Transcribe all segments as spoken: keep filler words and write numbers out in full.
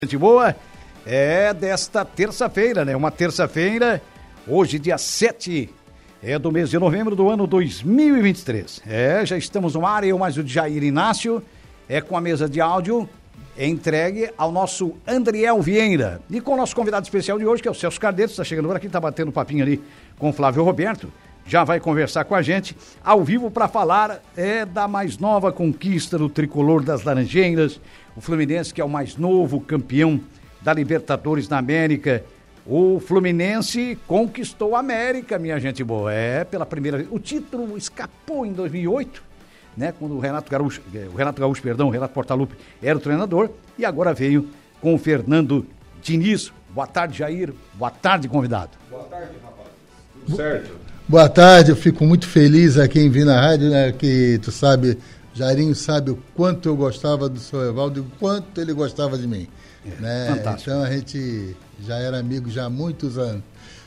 Gente boa, é desta terça-feira, né? Uma terça-feira, hoje dia sete é do mês de novembro do ano dois mil e vinte e três. É, já estamos no ar, eu mais o Jair Inácio, é com a mesa de áudio é entregue ao nosso Andriel Vieira. E com o nosso convidado especial de hoje, que é o Celso Cardeto, está chegando por aqui, está batendo um papinho ali com o Flávio Roberto, já vai conversar com a gente, ao vivo para falar é, da mais nova conquista do tricolor das Laranjeiras, o Fluminense, que é o mais novo campeão da Libertadores na América. O Fluminense conquistou a América, minha gente boa. É, pela primeira vez. O título escapou em dois mil e oito, né? Quando o Renato Gaúcho, o Renato Gaúcho, perdão, o Renato Portaluppi era o treinador, e agora veio com o Fernando Diniz. Boa tarde, Jair. Boa tarde, convidado. Boa tarde, rapaz. Tudo certo? Boa tarde, eu fico muito feliz aqui em vir na rádio, né? Que tu sabe... Jairinho sabe o quanto eu gostava do seu Evaldo e o quanto ele gostava de mim. É, né? Fantástico. Então a gente já era amigo já há muitos anos.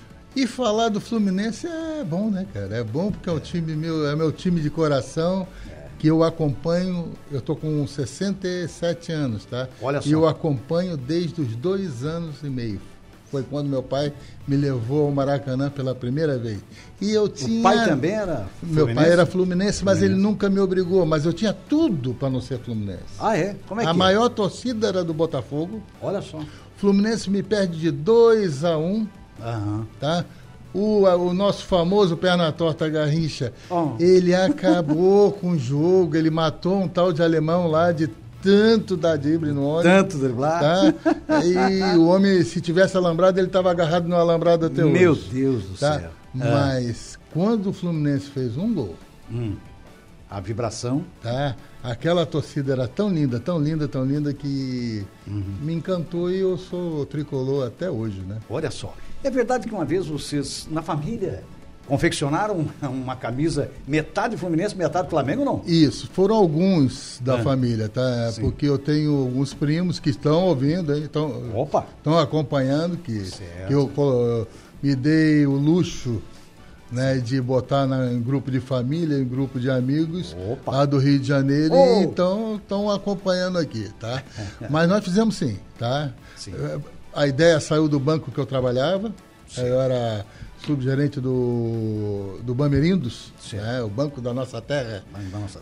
E falar do Fluminense é bom, né, cara? É bom porque é um time meu, é meu time de coração, que eu acompanho, eu tô com sessenta e sete anos, tá? Olha só. E eu acompanho desde os dois anos e meio. Foi quando meu pai me levou ao Maracanã pela primeira vez. E eu tinha... O pai também era Fluminense? Meu pai era fluminense, mas Fluminense. Ele nunca me obrigou. Mas eu tinha tudo para não ser fluminense. Ah, é? Como é que A é? maior torcida era do Botafogo. Olha só. Fluminense me perde de dois a um. Aham. Tá? O, a, o nosso famoso perna torta Garrincha, oh. ele acabou com o jogo. Ele matou um tal de alemão lá de... tanto dar drible no homem. Tanto driblar. Tá? E o homem, se tivesse alambrado, ele estava agarrado no alambrado até Meu hoje. Meu Deus do tá? céu. Mas é. quando o Fluminense fez um gol, hum. a vibração. Tá? Aquela torcida era tão linda, tão linda, tão linda que uhum. me encantou e eu sou tricolor até hoje, né? Olha só. É verdade que uma vez vocês, na família... confeccionaram uma camisa metade Fluminense, metade Flamengo, não? Isso, foram alguns da é. família, tá? Sim. Porque eu tenho alguns primos que estão ouvindo, estão, Opa. estão acompanhando, que, que eu, eu me dei o luxo, né, de botar na, em grupo de família, em grupo de amigos, Opa. Lá do Rio de Janeiro, oh. e então estão acompanhando aqui, tá? Mas nós fizemos sim, tá? Sim. A ideia saiu do banco que eu trabalhava, sim. Eu era... subgerente do, do Bamerindos, né? O Banco da Nossa Terra. Da nossa...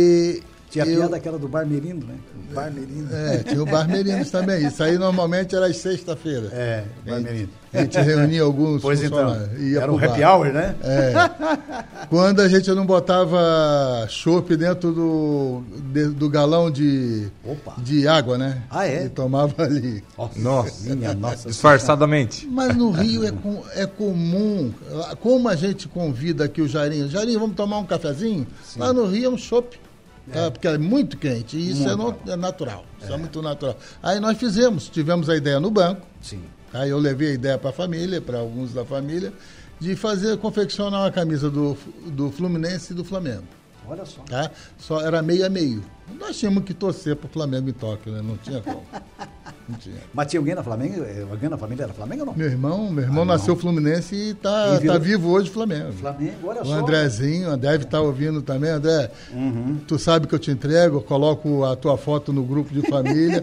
E tinha a eu... piada aquela do Barmerindo, né? O Barmerindo. É, tinha o Barmerindos também. Isso aí normalmente era às sexta-feira. É, o Barmerindo. A gente reunia alguns pois funcionários. Então, ia era um happy hour, né? É. Quando a gente não botava chopp dentro do, de, do galão de, de água, né? Ah, é? E tomava ali. Nossa, nossa. Minha nossa disfarçadamente. Mas no Rio é, com, é comum. Como a gente convida aqui o Jairinho, Jairinho, vamos tomar um cafezinho? Sim. Lá no Rio é um chopp. É. Porque é muito quente e isso é, no, é natural, isso é. é muito natural. Aí nós fizemos, tivemos a ideia no banco, Sim. Aí eu levei a ideia para a família, para alguns da família, de fazer, confeccionar uma camisa do, do Fluminense e do Flamengo. Olha só. Tá? Só era meio a meio. Nós tínhamos que torcer para o Flamengo em Tóquio, né? Não tinha como. Não tinha. Mas tinha alguém na Flamengo? Alguém na família era Flamengo ou não? Meu irmão, meu irmão ah, nasceu Fluminense e está tá vivo hoje Flamengo. Flamengo, olha o só. O Andrezinho, deve estar tá ouvindo também. André, uhum. tu sabe que eu te entrego, eu coloco a tua foto no grupo de família,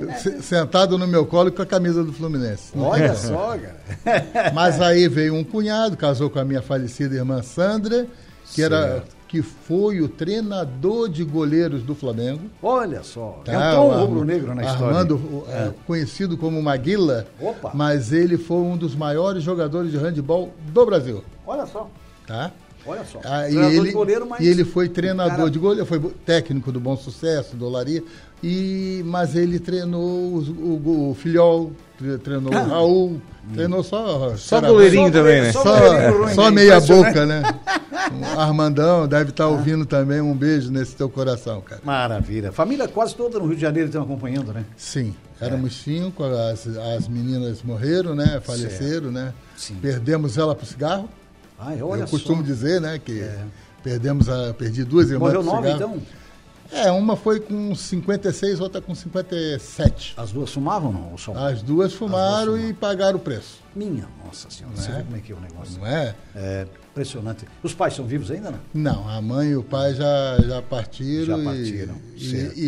sentado no meu colo com a camisa do Fluminense. Olha só, cara. Mas aí veio um cunhado, casou com a minha falecida irmã Sandra, que certo. era... que foi o treinador de goleiros do Flamengo. Olha só, tá, entrou um rubro-negro na história. Armando, é. conhecido como Maguila, Opa. Mas ele foi um dos maiores jogadores de handebol do Brasil. Olha só. Tá? Olha só. Ah, e, ele, de goleiro, mas... e ele foi treinador cara... de goleiro, foi técnico do Bom Sucesso, do Olaria, e, mas ele treinou o, o, o Filhol, treinou ah. o Raul, hum. treinou só... Só goleirinho só, também, né? Só, só, só meia boca, né? Um Armandão deve estar ouvindo ah. também, um beijo nesse teu coração, cara. Maravilha. Família quase toda no Rio de Janeiro estão acompanhando, né? Sim, éramos é. cinco, as, as meninas morreram, né? Faleceram, certo. né? Sim. Perdemos ela pro cigarro. Ai, olha Eu costumo só. dizer, né, que é. perdemos a, perdi duas irmãs. Morreu nove, então? É, uma foi com cinquenta e seis, outra com cinquenta e sete. As duas fumavam ou não? Só... As duas fumaram As duas fumaram. E pagaram o preço. Minha nossa senhora, não você é? vê como é que é o negócio. Não é? É impressionante. Os pais são vivos ainda, não? Não, a mãe e o pai já, já partiram. Já partiram, e, e, e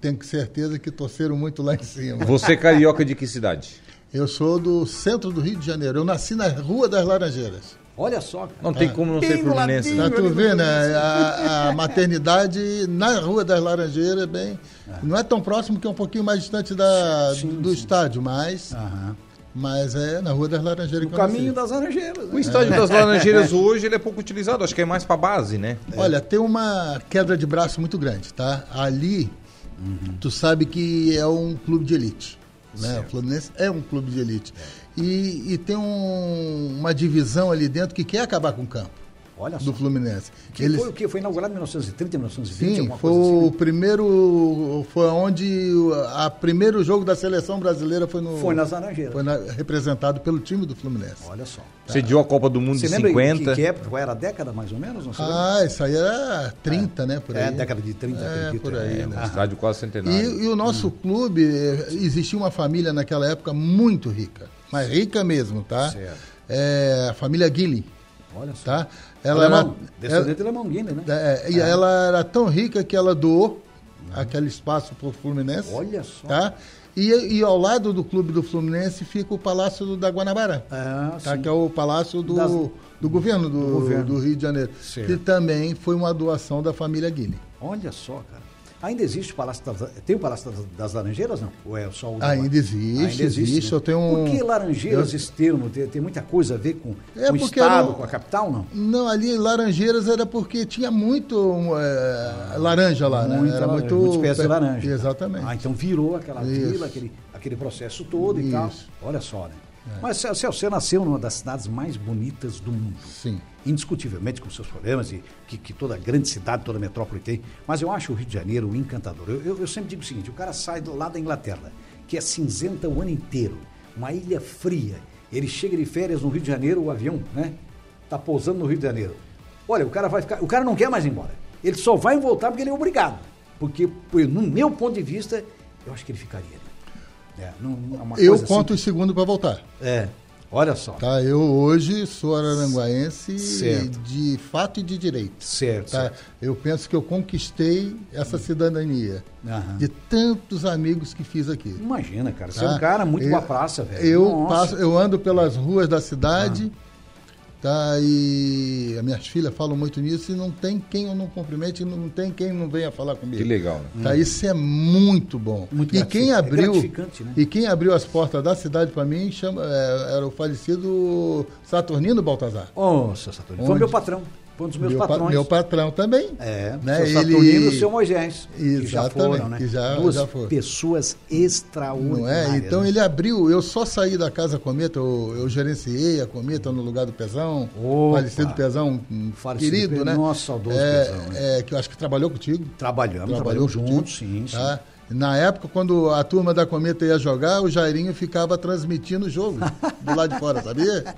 tenho certeza que torceram muito lá em cima. Você é carioca de que cidade? Eu sou do centro do Rio de Janeiro. Eu nasci na Rua das Laranjeiras. Olha só, cara. Não tem como não ser fluminense. Tá tu vendo, né? A, a maternidade na Rua das Laranjeiras, bem, ah. não é tão próximo, que é um pouquinho mais distante da, sim, do sim. estádio, mas... Aham. Mas é na Rua das Laranjeiras. No caminho das Laranjeiras. Né? O estádio é. das Laranjeiras hoje ele é pouco utilizado, acho que é mais para base, né? É. Olha, tem uma queda de braço muito grande, tá? Ali, uhum. tu sabe que é um clube de elite, né? O Fluminense é um clube de elite. É. E, e tem um, uma divisão ali dentro que quer acabar com o campo. Olha só. Do Fluminense. Que Eles... foi o quê? Foi inaugurado em mil novecentos e trinta, mil novecentos e vinte? Sim, foi coisa assim, o né? primeiro, foi onde a primeiro jogo da seleção brasileira foi no... Foi nas Laranjeiras. Foi na, representado pelo time do Fluminense. Olha só. Sediou a Copa do Mundo Você de lembra cinquenta. Que, que época? Qual era a década, mais ou menos? Não sei. Ah, isso aí era trinta, é. né? Por aí. É, década de trinta, é, acredito. por aí, é, né? Um estádio quase centenário. E, e o nosso hum. clube, existia uma família naquela época muito rica. Mas rica mesmo, tá? Certo. É, a família Guilherme. Olha só. Tá? Ela alemão, era, descendente ela, alemão Guilherme, né? É, e é. ela era tão rica que ela doou hum. aquele espaço para o Fluminense. Olha só. Tá? E, e ao lado do clube do Fluminense fica o Palácio do, da Guanabara, ah, tá? Que é o palácio do, das, do governo do, do governo do Rio de Janeiro, certo. Que também foi uma doação da família Guilherme. Olha só, cara. Ainda existe o Palácio das, tem o Palácio das, das Laranjeiras, não? Ou é só o Ainda existe, Ainda existe. existe. Né? Eu tenho um... Por que Laranjeiras, eu... esse termo? Tem, tem muita coisa a ver com, é com o Estado, não... com a capital, não? Não, ali Laranjeiras era porque tinha muito é, laranja lá, muita, né? Era laranja, muito... muita espécie de laranja. Exatamente. Ah, então virou aquela Isso. vila, aquele, aquele processo todo Isso. e tal. Olha só, né? É. Mas Celso, você nasceu numa das cidades mais bonitas do mundo. Sim. Indiscutivelmente com seus problemas, e que, que toda grande cidade, toda metrópole tem. Mas eu acho o Rio de Janeiro um encantador. Eu, eu, eu sempre digo o seguinte, o cara sai lá da Inglaterra, que é cinzenta o ano inteiro, uma ilha fria. Ele chega de férias no Rio de Janeiro, o avião, né? Tá pousando no Rio de Janeiro. Olha, o cara vai ficar, o cara não quer mais ir embora. Ele só vai voltar porque ele é obrigado. Porque, no meu ponto de vista, eu acho que ele ficaria. É, não, é uma eu coisa conto assim, os segundos para voltar. É, olha só. Tá, eu hoje sou araranguaense certo. de fato e de direito. Certo, tá? certo. Eu penso que eu conquistei essa cidadania Aham. de tantos amigos que fiz aqui. Imagina, cara, você tá? é um cara muito boa praça, velho. Eu, passo, eu ando pelas ruas da cidade... Ah. Tá, e as minhas filhas falam muito nisso e não tem quem eu não cumprimente, não tem quem não venha falar comigo. Que legal, né? Tá, hum. Isso é muito bom. Muito e quem abriu, é né? E quem abriu as portas da cidade para mim chama, é, era o falecido Saturnino Baltazar. Ô, seu Saturnino. Foi meu patrão. Foi um dos meus meu patrões. Pa, meu patrão também. É, né? seu Saturnino Ele... e o seu Moisés. Exatamente. Que já foram, né? Que já, Duas já foram. pessoas extraordinárias. Não é? Então né? ele abriu, eu só saí da Casa Cometa, eu, eu gerenciei a Cometa no lugar do Pezão, Opa. falecido Pezão, um falecido querido, Pe... né? Nossa, saudoso é, Pezão. Né? É, que eu acho que trabalhou contigo. Trabalhamos, trabalhou juntos, sim, sim. Tá? Na época, quando a turma da Cometa ia jogar, o Jairinho ficava transmitindo o jogo do lado de fora, sabia?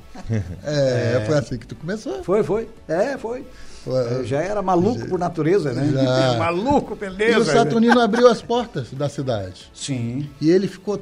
É, é. Foi assim que tu começou. Foi, foi. É, foi. Eu já era maluco já, por natureza, né? Já. Maluco, beleza. E o Saturnino abriu as portas da cidade. Sim. E ele ficou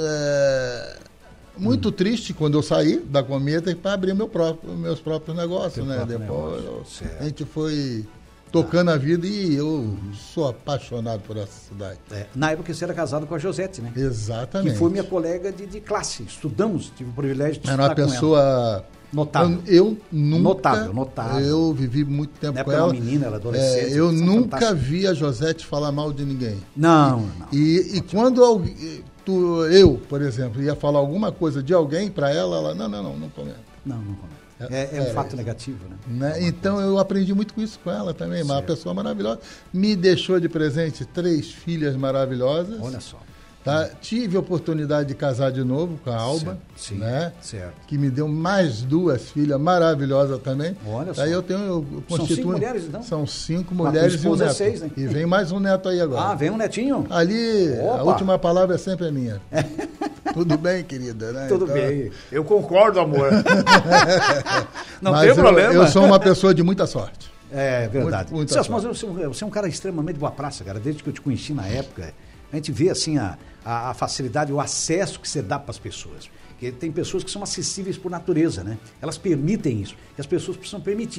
é, muito hum. triste quando eu saí da Cometa para abrir meu próprio, meus próprios negócios, Teu né? Depois negócio. Eu, a gente foi tocando ah. a vida e eu sou apaixonado por essa cidade. É, na época você era casado com a Josete, né? Exatamente. Que foi minha colega de, de classe. Estudamos, tive o privilégio de era estudar com ela. Era uma pessoa... Notável. Eu, eu nunca... Notável, notável. Eu vivi muito tempo na com ela. Uma menina, ela adolescente. É, eu nunca fantástica. vi a Josete falar mal de ninguém. Não, não. E, e quando alguém, tu, eu, por exemplo, ia falar alguma coisa de alguém para ela, ela, não, não, não, não comenta. Não, não comenta. É, é um é, fato negativo, né? né? Então coisa. eu aprendi muito com isso com ela também. Certo. Uma pessoa maravilhosa. Me deixou de presente três filhas maravilhosas. Olha só. Tá? Tive a oportunidade de casar de novo com a Alba, certo. Sim, né? certo. Que me deu mais duas filhas maravilhosas também. Olha só. Aí eu tenho, eu São constituo... cinco mulheres, então? São cinco mulheres e um neto. Seis, né? E vem mais um neto aí agora. Ah, vem um netinho? Ali, Opa. a última palavra é sempre a minha. Tudo bem, querida? Né? Tudo então... bem. Eu concordo, amor. Não mas tem eu, problema. Eu sou uma pessoa de muita sorte. É verdade. Muito, Celso, mas você, você é um cara extremamente boa praça, cara. Desde que eu te conheci na época, a gente vê assim a, a, a facilidade, o acesso que você dá para as pessoas. Porque tem pessoas que são acessíveis por natureza, né? Elas permitem isso. E as pessoas precisam permitir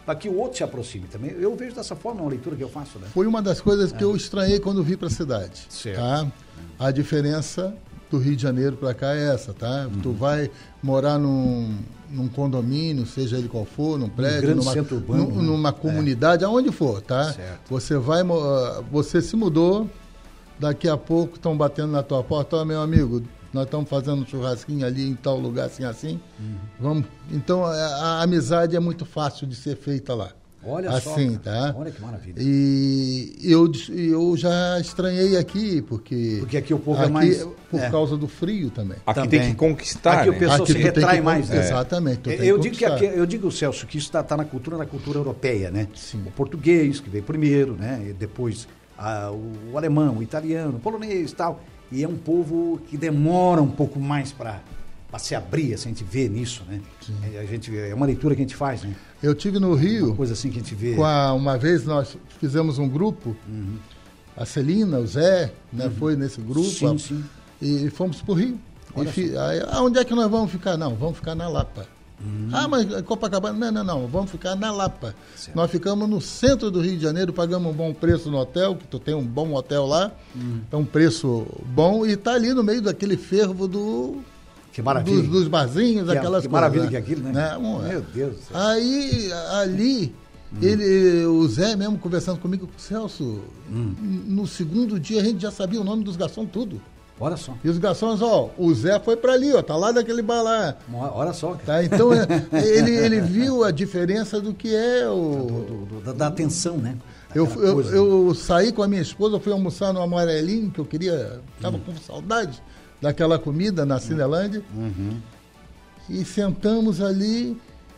para que o outro se aproxime também. Eu vejo dessa forma uma leitura que eu faço, né? Foi uma das coisas que é. eu estranhei quando vim para a cidade. Certo. Tá? A diferença do Rio de Janeiro para cá é essa, tá? Uhum. Tu vai morar num, num condomínio, seja ele qual for, num prédio, um numa, centro urbano, num, numa comunidade, é. aonde for, tá? Certo. Você vai, você se mudou, daqui a pouco estão batendo na tua porta, ó, meu amigo, nós estamos fazendo um churrasquinho ali em tal lugar, assim, assim. Uhum. Vamos. Então, a, a amizade é muito fácil de ser feita lá. Olha assim, só, tá? Olha que maravilha. E eu, eu já estranhei aqui, porque... Porque aqui o povo aqui, é mais... Por é. causa do frio também. Aqui também. tem que conquistar, Aqui né? o pessoal aqui se retrai mais. É. Exatamente. Eu, digo que aqui, eu digo, Celso, que isso está tá na cultura, na cultura europeia, né? Sim. O português, que veio primeiro, né? E depois a, o, o alemão, o italiano, o polonês e tal. E é um povo que demora um pouco mais para... para se abrir, assim, a gente vê nisso, né? A gente, é uma leitura que a gente faz, né? Eu tive no Rio, uma coisa assim que a gente vê. Com a, uma vez nós fizemos um grupo, uhum. a Celina, o Zé, né, uhum. foi nesse grupo, sim, sim. e fomos para o Rio. E fi, aí, ah, onde é que nós vamos ficar? Não, vamos ficar na Lapa. Uhum. Ah, mas Copacabana, não, não, não, vamos ficar na Lapa. Certo. Nós ficamos no centro do Rio de Janeiro, pagamos um bom preço no hotel, que tu tem um bom hotel lá, uhum. é um preço bom, e está ali no meio daquele fervo do... Que maravilha. Dos, dos barzinhos, que, aquelas que coisas. Maravilha que é aquilo, né? né? Um, Meu Deus do céu. Aí, ali, hum. ele, o Zé mesmo conversando comigo, Celso, hum. no segundo dia a gente já sabia o nome dos garçons tudo. Olha só. E os garçons, ó, o Zé foi pra ali, ó, tá lá daquele bar lá. Olha só. Cara. Tá, então, ele, ele viu a diferença do que é o... Do, do, do, da, da atenção, né? Eu, eu, eu saí com a minha esposa, fui almoçar no Amarelinho, que eu queria, tava hum. com saudade daquela comida na Cinelândia, uhum. e sentamos ali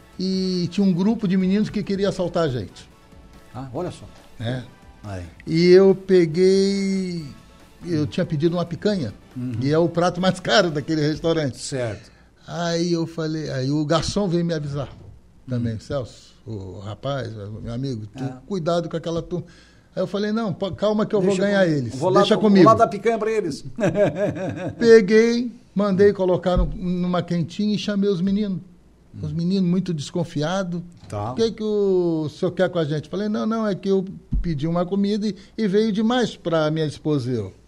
e tinha um grupo de meninos que queria assaltar a gente. Ah, olha só. É. Aí. E eu peguei, eu tinha pedido uma picanha, uhum. e é o prato mais caro daquele restaurante. Certo. Aí eu falei, aí o garçom veio me avisar também, uhum. Celso, o rapaz, meu amigo, tu, ah. cuidado com aquela turma. Aí eu falei, não, calma que eu Deixa vou ganhar com... eles. Vou Deixa lá, comigo. Vou lá dar picanha para eles. Peguei, mandei colocar no, numa quentinha e chamei os meninos. Hum. Os meninos muito desconfiados. Tá. O que, que o senhor quer com a gente? Falei, não, não, é que eu pedi uma comida e, e veio demais para minha esposa e eu.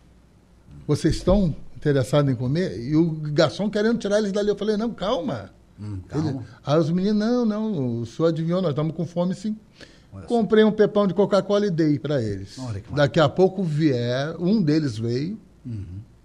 Vocês estão interessados em comer? E o garçom querendo tirar eles dali. Eu falei, não, calma. Hum, calma. Ele, aí os meninos, não, não, o senhor adivinhou, nós estamos com fome sim. Olha Comprei só. um pepão de Coca-Cola e dei para eles. Daqui a pouco vier, um deles veio. Uhum.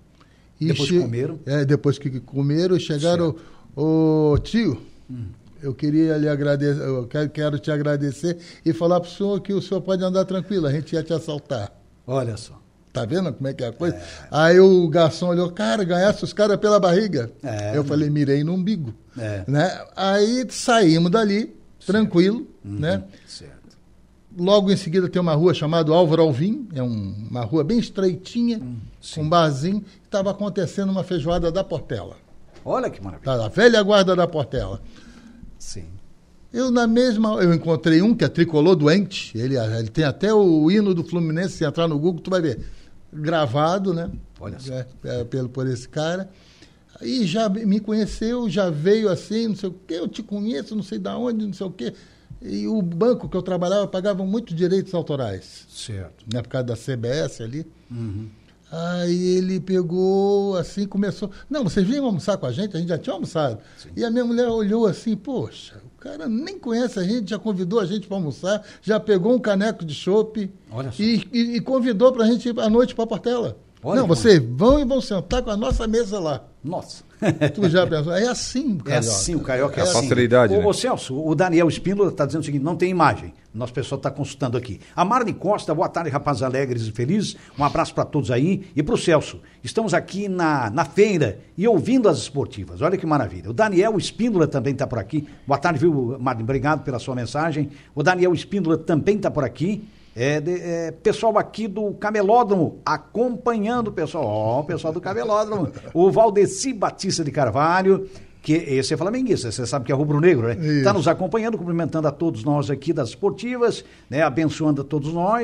E depois che... que comeram? É, depois que comeram, chegaram, o tio, hum. eu queria lhe agradecer, eu quero, quero te agradecer e falar para o senhor que o senhor pode andar tranquilo, a gente ia te assaltar. Olha só. Tá vendo como é que é a coisa? É. Aí o garçom olhou, cara, ganhasse os caras pela barriga. É. Eu falei, mirei no umbigo. É. Né? Aí saímos dali, certo. tranquilo, uhum. né? Certo. Logo em seguida tem uma rua chamada Álvaro Alvim, é um, uma rua bem estreitinha, hum, com um barzinho, estava acontecendo uma feijoada da Portela. Olha que maravilha. Tá, a velha guarda da Portela. Sim. Eu na mesma, eu encontrei um que é tricolor doente, ele, ele tem até o hino do Fluminense, se entrar no Google, tu vai ver, gravado, né? Olha só. É, é, pelo, por esse cara. Aí já me conheceu, já veio assim, não sei o quê, eu te conheço, não sei de onde, não sei o quê. E o banco que eu trabalhava pagava muitos direitos autorais. Certo. Né, por causa da C B S ali. Uhum. Aí ele pegou, assim, começou... Não, vocês vinham almoçar com a gente? A gente já tinha almoçado. Sim. E a minha mulher olhou assim, poxa, o cara nem conhece a gente, já convidou a gente para almoçar, já pegou um caneco de chopp e, e, e convidou para a gente ir à noite para a Portela. Olha, não, vocês vão e vão sentar com a nossa mesa lá. Nossa. Tu já pensou? É assim, o carioca. É assim, o carioca é, é assim. Facilidade, né? Ô, ô, Celso, o Daniel Espíndola está dizendo o seguinte, não tem imagem. O nosso pessoal está consultando aqui. A Marne Costa, boa tarde, rapazes alegres e felizes. Um abraço para todos aí. E para o Celso, estamos aqui na, na feira e ouvindo as esportivas. Olha que maravilha. O Daniel Espíndola também está por aqui. Boa tarde, viu, Marne? Obrigado pela sua mensagem. O Daniel Espíndola também está por aqui. É, de, é, pessoal aqui do Camelódromo, acompanhando o pessoal, ó, o pessoal do Camelódromo, o Valdeci Batista de Carvalho, que esse é flamenguista, você sabe que é rubro-negro, né? Está nos acompanhando, cumprimentando a todos nós aqui das esportivas, né? Abençoando a todos nós.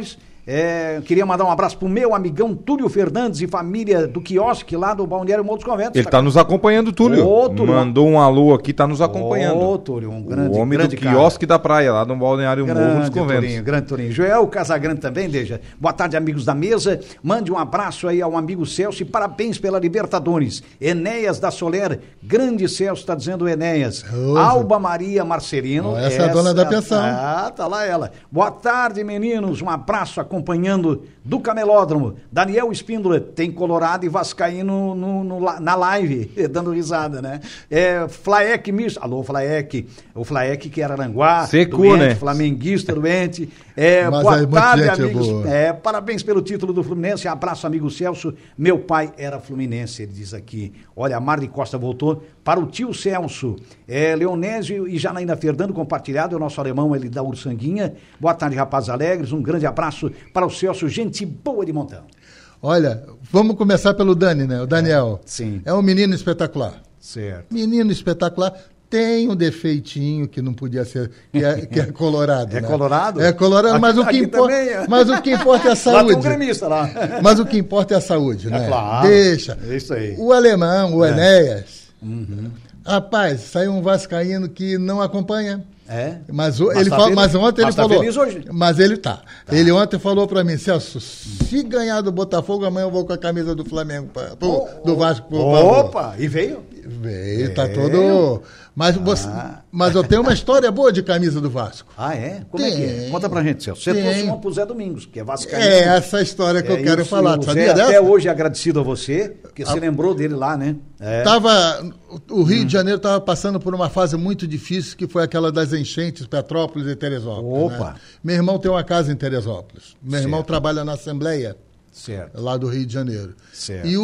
É, queria mandar um abraço pro meu amigão Túlio Fernandes e família do quiosque lá do Balneário Morro dos Conventos. Ele tá nos acompanhando, Túlio. Ô, Túlio. Mandou um alô aqui, tá nos acompanhando. Ô, Túlio, um grande, o homem grande do quiosque da praia, lá no Balneário Morro dos Conventos. Turinho, grande Turinho. Joel Casagrande também, deixa. Boa tarde, amigos da mesa. Mande um abraço aí ao amigo Celso e parabéns pela Libertadores. Enéas da Soler, grande Celso, tá dizendo o Enéas. Opa. Alba Maria Marcelino. Oh, essa, essa é a dona da pensão. Ah, tá lá ela. Boa tarde, meninos. Um abraço acompanhando do Camelódromo. Daniel Espíndola, tem Colorado e Vascaíno no, no, na live, dando risada, né? É, Flaek Misto. Alô, Flaek. O Flaek que era Aranguá. Secou, doente, né? Flamenguista, doente. É, boa tarde, amigos. É, parabéns pelo título do Fluminense. Abraço, amigo Celso. Meu pai era fluminense, ele diz aqui. Olha, a Marli Costa voltou para o tio Celso. É, Leonésio e Janaína Fernando compartilhado. É o nosso alemão, ele da Ursanguinha. Boa tarde, rapazes alegres. Um grande abraço para o Celso, gente boa de montão. Olha, vamos começar pelo Dani, né? O Daniel. É, sim. É um menino espetacular. Certo. Menino espetacular. Tem um defeitinho que não podia ser, que é, que é colorado. É né? colorado? É colorado, aqui, mas, o que importa, é. mas o que importa é a saúde. Lá tem um gremista lá. Mas o que importa é a saúde, né? É claro. Deixa. É isso aí. O alemão, o é. Enéas. Uhum. Rapaz, saiu um vascaíno que não acompanha. É. Mas, mas, ele tá fala, feliz, mas ontem mas ele tá falou. Feliz hoje. Mas ele tá. tá. Ele ontem falou pra mim, Celso, se ganhar do Botafogo, amanhã eu vou com a camisa do Flamengo, pra, pro, oh, do Vasco. Pro opa, favor. e veio? Veio, é. tá todo. Mas, ah. você, mas eu tenho uma história boa de camisa do Vasco. Ah, é? Como tem, é que é? Conta pra gente, Celso. Você tem. trouxe uma pro Zé Domingos, que é vascaíno. É essa história que é eu quero isso, falar. O Sabia Zé dessa? até hoje é agradecido a você, porque você a... lembrou dele lá, né? É. Tava, o Rio hum. de Janeiro estava passando por uma fase muito difícil, que foi aquela das enchentes, Petrópolis e Teresópolis. Opa! Né? Meu irmão tem uma casa em Teresópolis. Meu certo. irmão trabalha na Assembleia, certo. lá do Rio de Janeiro. Certo. E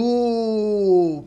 o,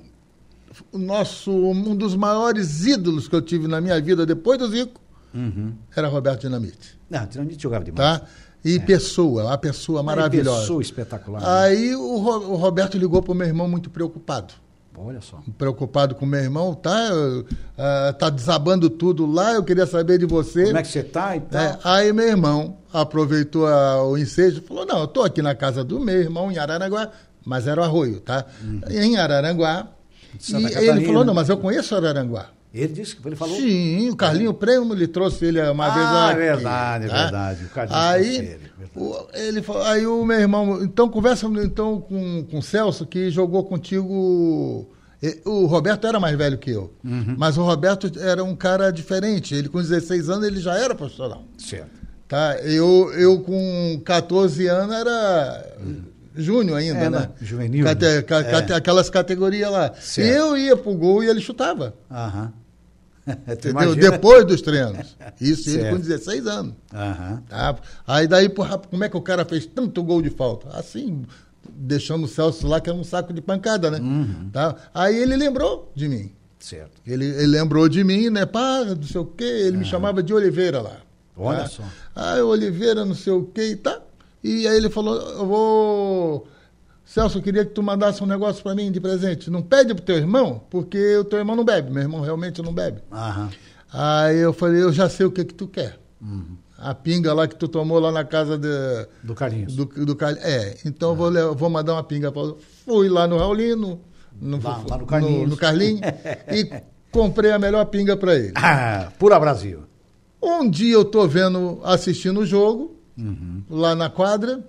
o nosso, um dos maiores ídolos que eu tive na minha vida, depois do Zico, uhum. era Roberto Dinamite. Não, Dinamite jogava demais. Tá? E é. pessoa, uma pessoa maravilhosa. Uma pessoa espetacular. Aí né? o, o Roberto ligou para o meu irmão muito preocupado. Olha só. Preocupado com o meu irmão, tá? Uh, tá desabando tudo lá, eu queria saber de você. Como é que você tá e tal? É, aí meu irmão aproveitou a, o ensejo e falou, não, eu tô aqui na casa do meu irmão, em Araranguá, mas era o Arroio, tá? Uhum. Em Araranguá. E ele falou, não, mas eu conheço Araranguá. Ele disse que ele falou? Sim, o Carlinho Prêmio lhe trouxe ele uma ah, vez aqui. Ah, é verdade, tá? é verdade. O Carlinho aí, ele, verdade. O, ele falou, aí o meu irmão, então conversa então, com, com o Celso, que jogou contigo... O Roberto era mais velho que eu, uhum. mas o Roberto era um cara diferente. Ele com dezesseis anos ele já era profissional. Certo. Tá? Eu, eu com catorze anos era uhum. júnior ainda, é, né? Juvenil. Cate, né? ca, é. Aquelas categorias lá. Certo. E eu ia pro gol e ele chutava. Aham. Entendeu? Depois dos treinos. Isso, ele com dezesseis anos. Aham. Tá? Aí daí, porra, como é que o cara fez tanto gol de falta? Assim... deixando o Celso lá, que era um saco de pancada, né? Uhum. Tá? Aí ele lembrou de mim. Certo. Ele, ele lembrou de mim, né? Pá, não sei o quê. Ele uhum. me chamava de Oliveira lá. Olha tá? só. Aí Oliveira, não sei o quê e tá. E aí ele falou, eu vou... Celso, eu queria que tu mandasse um negócio pra mim de presente. Não pede pro teu irmão, porque o teu irmão não bebe. Meu irmão realmente não bebe. Uhum. Aí eu falei, eu já sei o que que tu quer. Uhum. A pinga lá que tu tomou lá na casa de, do Carlinhos. Do, do Carlinhos. É, então ah. vou, vou mandar uma pinga para Fui lá no Raulino, no, lá, lá no Carlinhos, no, no Carlinhos e comprei a melhor pinga para ele. Ah, pura Brasil. Um dia eu tô vendo, assistindo o jogo, uhum. lá na quadra,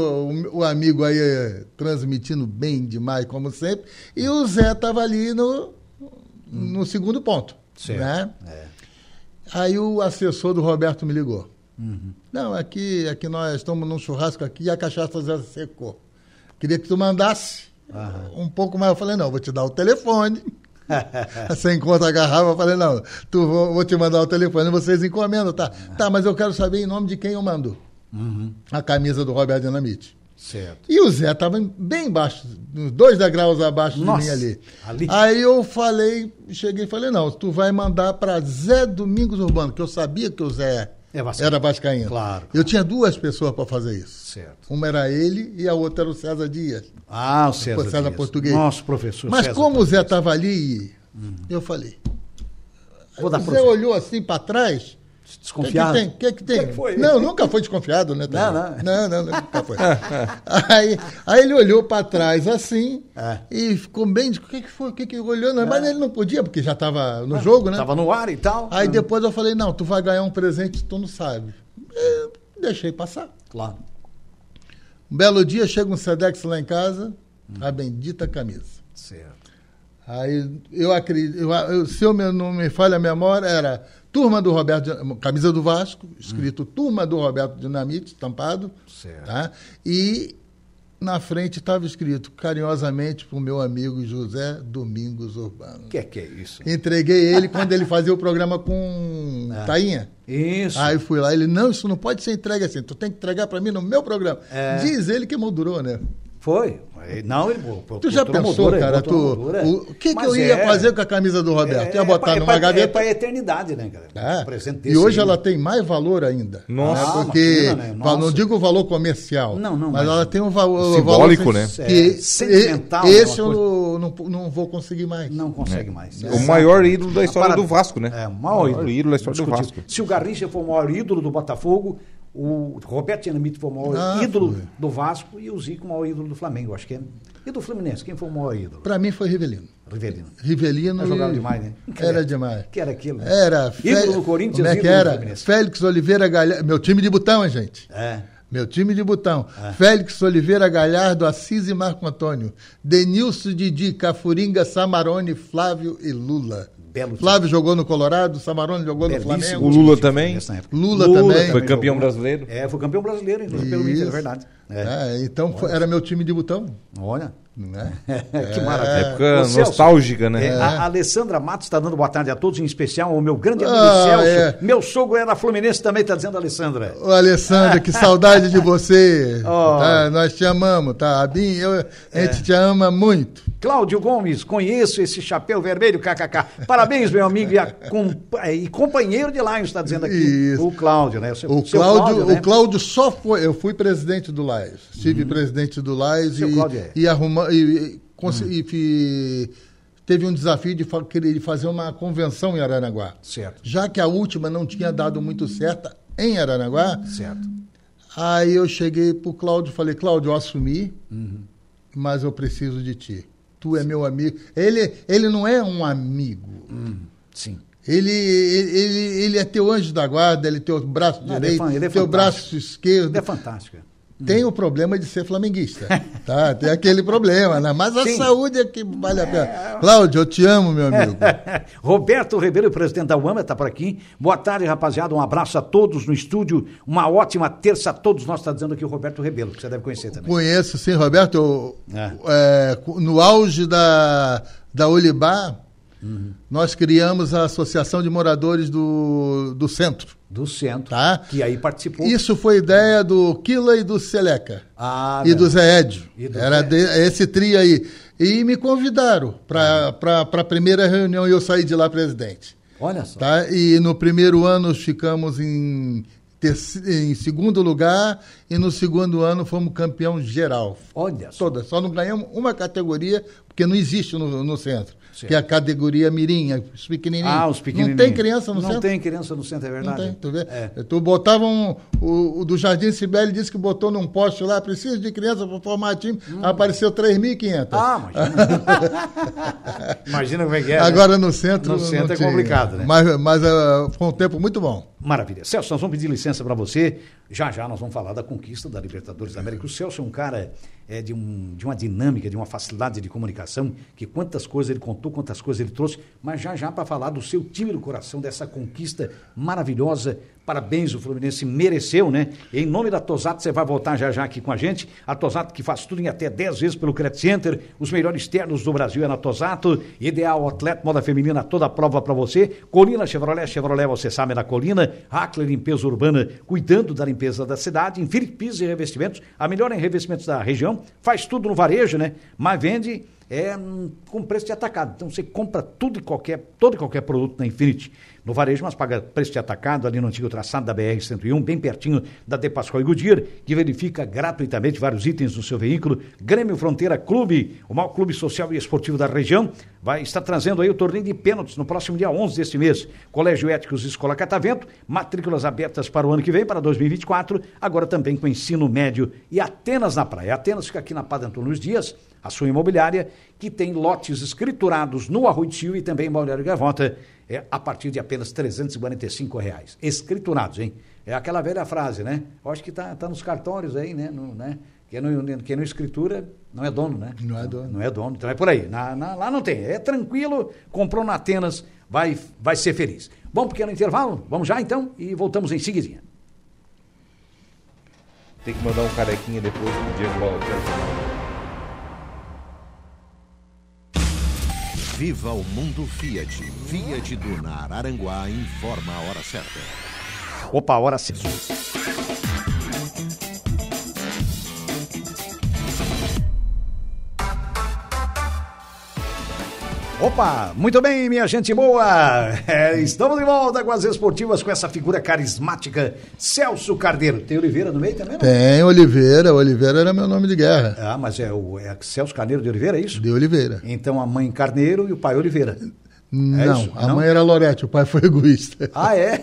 o, o amigo aí transmitindo bem demais, como sempre, e o Zé tava ali no, no hum. segundo ponto. Certo. Né? É. Aí o assessor do Roberto me ligou. Uhum. Não, aqui, aqui nós estamos num churrasco aqui e a cachaça já secou. Queria que tu mandasse uhum. um pouco mais. Eu falei, não, vou te dar o telefone. Você encontra a garrafa, eu falei, não, tu, vou, vou te mandar o telefone, vocês encomendam, tá? Uhum. Tá, mas eu quero saber em nome de quem eu mando. Uhum. A camisa do Roberto Dinamite. Certo. E o Zé estava bem embaixo, dois degraus abaixo Nossa, de mim ali. ali. Aí eu falei, cheguei e falei, não, tu vai mandar para Zé Domingos Urbano, que eu sabia que o Zé é vascaíno. Era vascaíno. Claro, claro. Eu tinha duas pessoas para fazer isso. Certo. Uma era ele e a outra era o César Dias. Ah, o César, o César Dias. Português. Nosso professor. Mas César como Português. O Zé estava ali, uhum. eu falei. Vou dar o Zé olhou assim para trás Desconfiado? O que, que tem? O que, que tem? Que que foi? Não, nunca foi desconfiado, né? Não, não. Não, não, nunca foi. aí, aí ele olhou para trás assim é. e ficou bem... O que, que foi? O que, que olhou? Não, é. Mas ele não podia, porque já estava no ah, jogo, né? Estava no ar e tal. Aí não. Depois eu falei, não, tu vai ganhar um presente, tu não sabe. Eu deixei passar. Claro. Um belo dia, chega um Sedex lá em casa, hum. a bendita camisa. Certo. Aí eu acredito, eu, eu, se eu me, não me falha a memória, era Turma do Roberto, camisa do Vasco, escrito hum. Turma do Roberto Dinamite, estampado. Certo. Tá? E na frente estava escrito carinhosamente para o meu amigo José Domingos Urbano. O que é que é isso? Entreguei ele quando ele fazia o programa com é. Tainha. Isso. Aí fui lá, ele, não, isso não pode ser entregue assim, tu tem que entregar para mim no meu programa. É. Diz ele que moldurou, né? Foi. Não, ele botou. Tu já pensou, moldura, cara? Tu, o que, que eu ia é, fazer com a camisa do Roberto? É, ia botar é, numa é, gaveta? É para a eternidade, né, cara? É. E hoje ela tem mais valor ainda. Nossa. Né? Porque, ah, né? Nossa. Não digo o valor comercial, não, não, mas, mas ela tem um valor... Simbólico, valor, né? Que é, sentimental. Esse eu não, não vou conseguir mais. Não consegue mais. É. O maior ídolo da história do Vasco, né? É, o maior, maior ídolo da história do Vasco. Se o Garrincha for o maior ídolo do Botafogo, o Roberto Dinamite foi o maior ah, ídolo foi. do Vasco e o Zico o maior ídolo do Flamengo, acho que é. E do Fluminense, quem foi o maior ídolo? Para mim foi Rivelino. Rivelino. Rivelino. Jogava e... demais, né? Que era, era demais. Que era aquilo? Né? Era. Ídolo do Corinthians, como é que ídolo era? do Fluminense. Félix Oliveira Galhardo. Meu time de botão, hein, gente? É. Meu time de botão. É. Félix Oliveira Galhardo, Assis e Marco Antônio. Denilson, Didi, Cafuringa, Samarone, Flávio e Lula. Belo Flávio time. Jogou no Colorado, Samarone jogou Belíssimo. no Flamengo. O Lula também. Lula, Lula também. Foi campeão brasileiro. É, foi campeão brasileiro, então, pelo Inter, é verdade. É. É, então foi, era meu time de botão. Olha. Né? Que maravilha. Época Ô, nostálgica, né? É, é. A Alessandra Matos está dando boa tarde a todos, em especial o meu grande amigo ah, Celso. É. Meu sogro era Fluminense também, está dizendo a Alessandra. Ô, Alessandra, que saudade de você. Oh. Tá? Nós te amamos, tá? A Bim, eu, a gente é. te ama muito. Cláudio Gomes, conheço esse chapéu vermelho, kkk. Parabéns, meu amigo e, a, com, e companheiro de Lions, está dizendo aqui. Isso. O Cláudio, né? O, seu, o, seu Cláudio, Cláudio, né? o Cláudio só foi. Eu fui presidente do Lions. Estive uhum. presidente do Lions e, é. e arrumar. E, Consegui, hum. e teve um desafio de, fa de fazer uma convenção em Aranaguá. Certo. Já que a última não tinha dado muito certo em Aranaguá, certo. Aí eu cheguei para o Cláudio e falei, Cláudio, eu assumi, uhum. mas eu preciso de ti. Tu é meu amigo. Ele, ele não é um amigo. Hum. Sim. Ele, ele, ele, ele é teu anjo da guarda, ele é teu braço não, direito, ele é, ele é teu braço esquerdo. Ele é fantástico. Tem o problema de ser flamenguista, tá? Tem aquele problema, né? Mas a Sim. saúde é que vale a pena. É... Cláudio, eu te amo, meu amigo. Roberto Rebelo, presidente da U A M A, está por aqui. Boa tarde, rapaziada. Um abraço a todos no estúdio. Uma ótima terça a todos nós, está dizendo aqui o Roberto Rebelo, que você deve conhecer também. Conheço, sim, Roberto. Eu, é. É, no auge da, da Olibar, uhum. nós criamos a Associação de Moradores do, do Centro. Do centro, tá? Que aí participou. Isso foi ideia do Kila e do Seleca. Ah, e do Zé Edio. Do Era Zé. De, esse trio aí. E me convidaram para ah. a primeira reunião e eu saí de lá presidente. Olha só. Tá? E no primeiro ano ficamos em, em segundo lugar e no segundo ano fomos campeão geral. Olha só. Toda. Só não ganhamos uma categoria, porque não existe no, no centro. Certo. Que é a categoria mirim, os pequenininhos. Ah, os pequenininhos. Não tem criança no não centro? Não tem criança no centro, é verdade. Não tem, tu vê? É. Tu botava um, o, o do Jardim Cibele disse que botou num poste lá, precisa de criança para formar time, hum. apareceu três mil e quinhentos. Ah, imagina. Imagina como é que é. Agora né? no centro... No centro é tinha. complicado, né? Mas, mas uh, foi um tempo muito bom. Maravilha. Celso, nós vamos pedir licença para você. Já já nós vamos falar da conquista da Libertadores da América. O Celso é um cara é, de, um, de uma dinâmica, de uma facilidade de comunicação, que quantas coisas ele contou, quantas coisas ele trouxe, mas já já para falar do seu time do coração, dessa conquista maravilhosa. Parabéns, o Fluminense mereceu, né? Em nome da Tosato, você vai voltar já já aqui com a gente. A Tosato que faz tudo em até dez vezes pelo Credit Center. Os melhores ternos do Brasil é na Tosato. Ideal Atleta, moda feminina, toda a prova para você. Colina Chevrolet, Chevrolet, você sabe, é na Colina. Hackler Limpeza Urbana, cuidando da limpeza da cidade. Infinity Pisos e Revestimentos, a melhor em revestimentos da região. Faz tudo no varejo, né? Mas vende... É com preço de atacado, então você compra tudo e qualquer, todo e qualquer produto na Infinity. no varejo, mas paga preço de atacado ali no antigo traçado da B R cento e um, bem pertinho da De Pascoal e Goodyear, que verifica gratuitamente vários itens do seu veículo. Grêmio Fronteira Clube, o maior clube social e esportivo da região, vai estar trazendo aí o torneio de pênaltis no próximo dia onze deste mês. Colégio Éticos Escola Catavento, matrículas abertas para o ano que vem, para dois mil e vinte e quatro, agora também com ensino médio. E Atenas na praia. Atenas fica aqui na Padre Antônio Dias, a sua imobiliária, que tem lotes escriturados no Arroio e também em Balneário Gaivota, é, a partir de apenas trezentos e quarenta e cinco reais. Escriturados, hein? É aquela velha frase, né? Eu acho que tá, tá nos cartórios aí, né? No, né? Quem, não, quem não escritura não é dono, né? Não é dono. Não, não é dono, então é por aí. Na, na, lá não tem, é tranquilo, comprou na Atenas, vai, vai ser feliz. Bom, pequeno intervalo, vamos já então e voltamos em seguidinha. Tem que mandar um carequinha depois do Diego Bola. Viva o Mundo Fiat. Fiat Dunar Aranguá informa a hora certa. Opa, hora certa. Opa, muito bem, minha gente boa, é, estamos de volta com as esportivas, com essa figura carismática, Celso Carneiro. Tem Oliveira no meio também, não? Tem Oliveira, Oliveira era meu nome de guerra. Ah, mas é o é Celso Carneiro de Oliveira, é isso? De Oliveira. Então a mãe Carneiro e o pai Oliveira. Não, é a não? mãe era Lorete, o pai foi egoísta. Ah, é?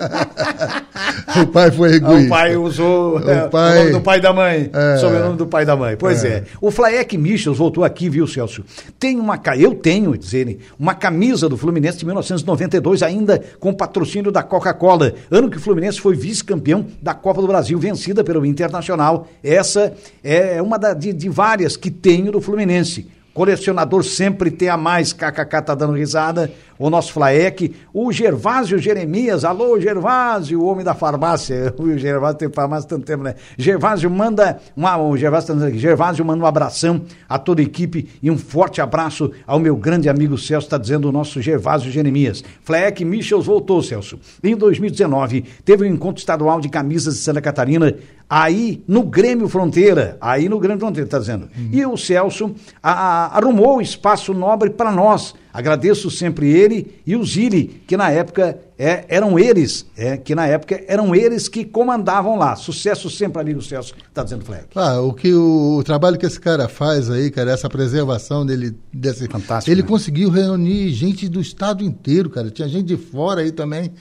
O pai foi egoísta. O pai usou o, é, pai... o nome do pai da mãe, é. sobre o nome do pai da mãe. Pois é. é. O Flaek Michels voltou aqui, viu, Celso? Tem uma, eu tenho, dizer, uma camisa do Fluminense de mil novecentos e noventa e dois, ainda com patrocínio da Coca-Cola. Ano que o Fluminense foi vice-campeão da Copa do Brasil, vencida pelo Internacional. Essa é uma da, de, de várias que tenho do Fluminense. Colecionador sempre tem a mais, kkk tá dando risada, o nosso Flaek, o Gervásio Jeremias, alô Gervásio, o homem da farmácia, o Gervásio tem farmácia há tanto tempo, né? Gervásio manda, uma, o Gervásio, tá Gervásio manda um abração a toda a equipe e um forte abraço ao meu grande amigo Celso, está dizendo o nosso Gervásio Jeremias. Flaek Michels voltou, Celso. Em dois mil e dezenove, teve um encontro estadual de camisas de Santa Catarina, aí no Grêmio Fronteira, aí no Grêmio Fronteira, está dizendo. Hum. E o Celso a, a, arrumou o espaço nobre para nós. Agradeço sempre ele e o Zili, que na época é, eram eles, é, que na época eram eles que comandavam lá. Sucesso sempre, amigo Celso, está dizendo Fleck. Ah, o que o, o trabalho que esse cara faz aí, cara, essa preservação dele, desse, fantástico. Ele né? conseguiu reunir gente do estado inteiro, cara. Tinha gente de fora aí também.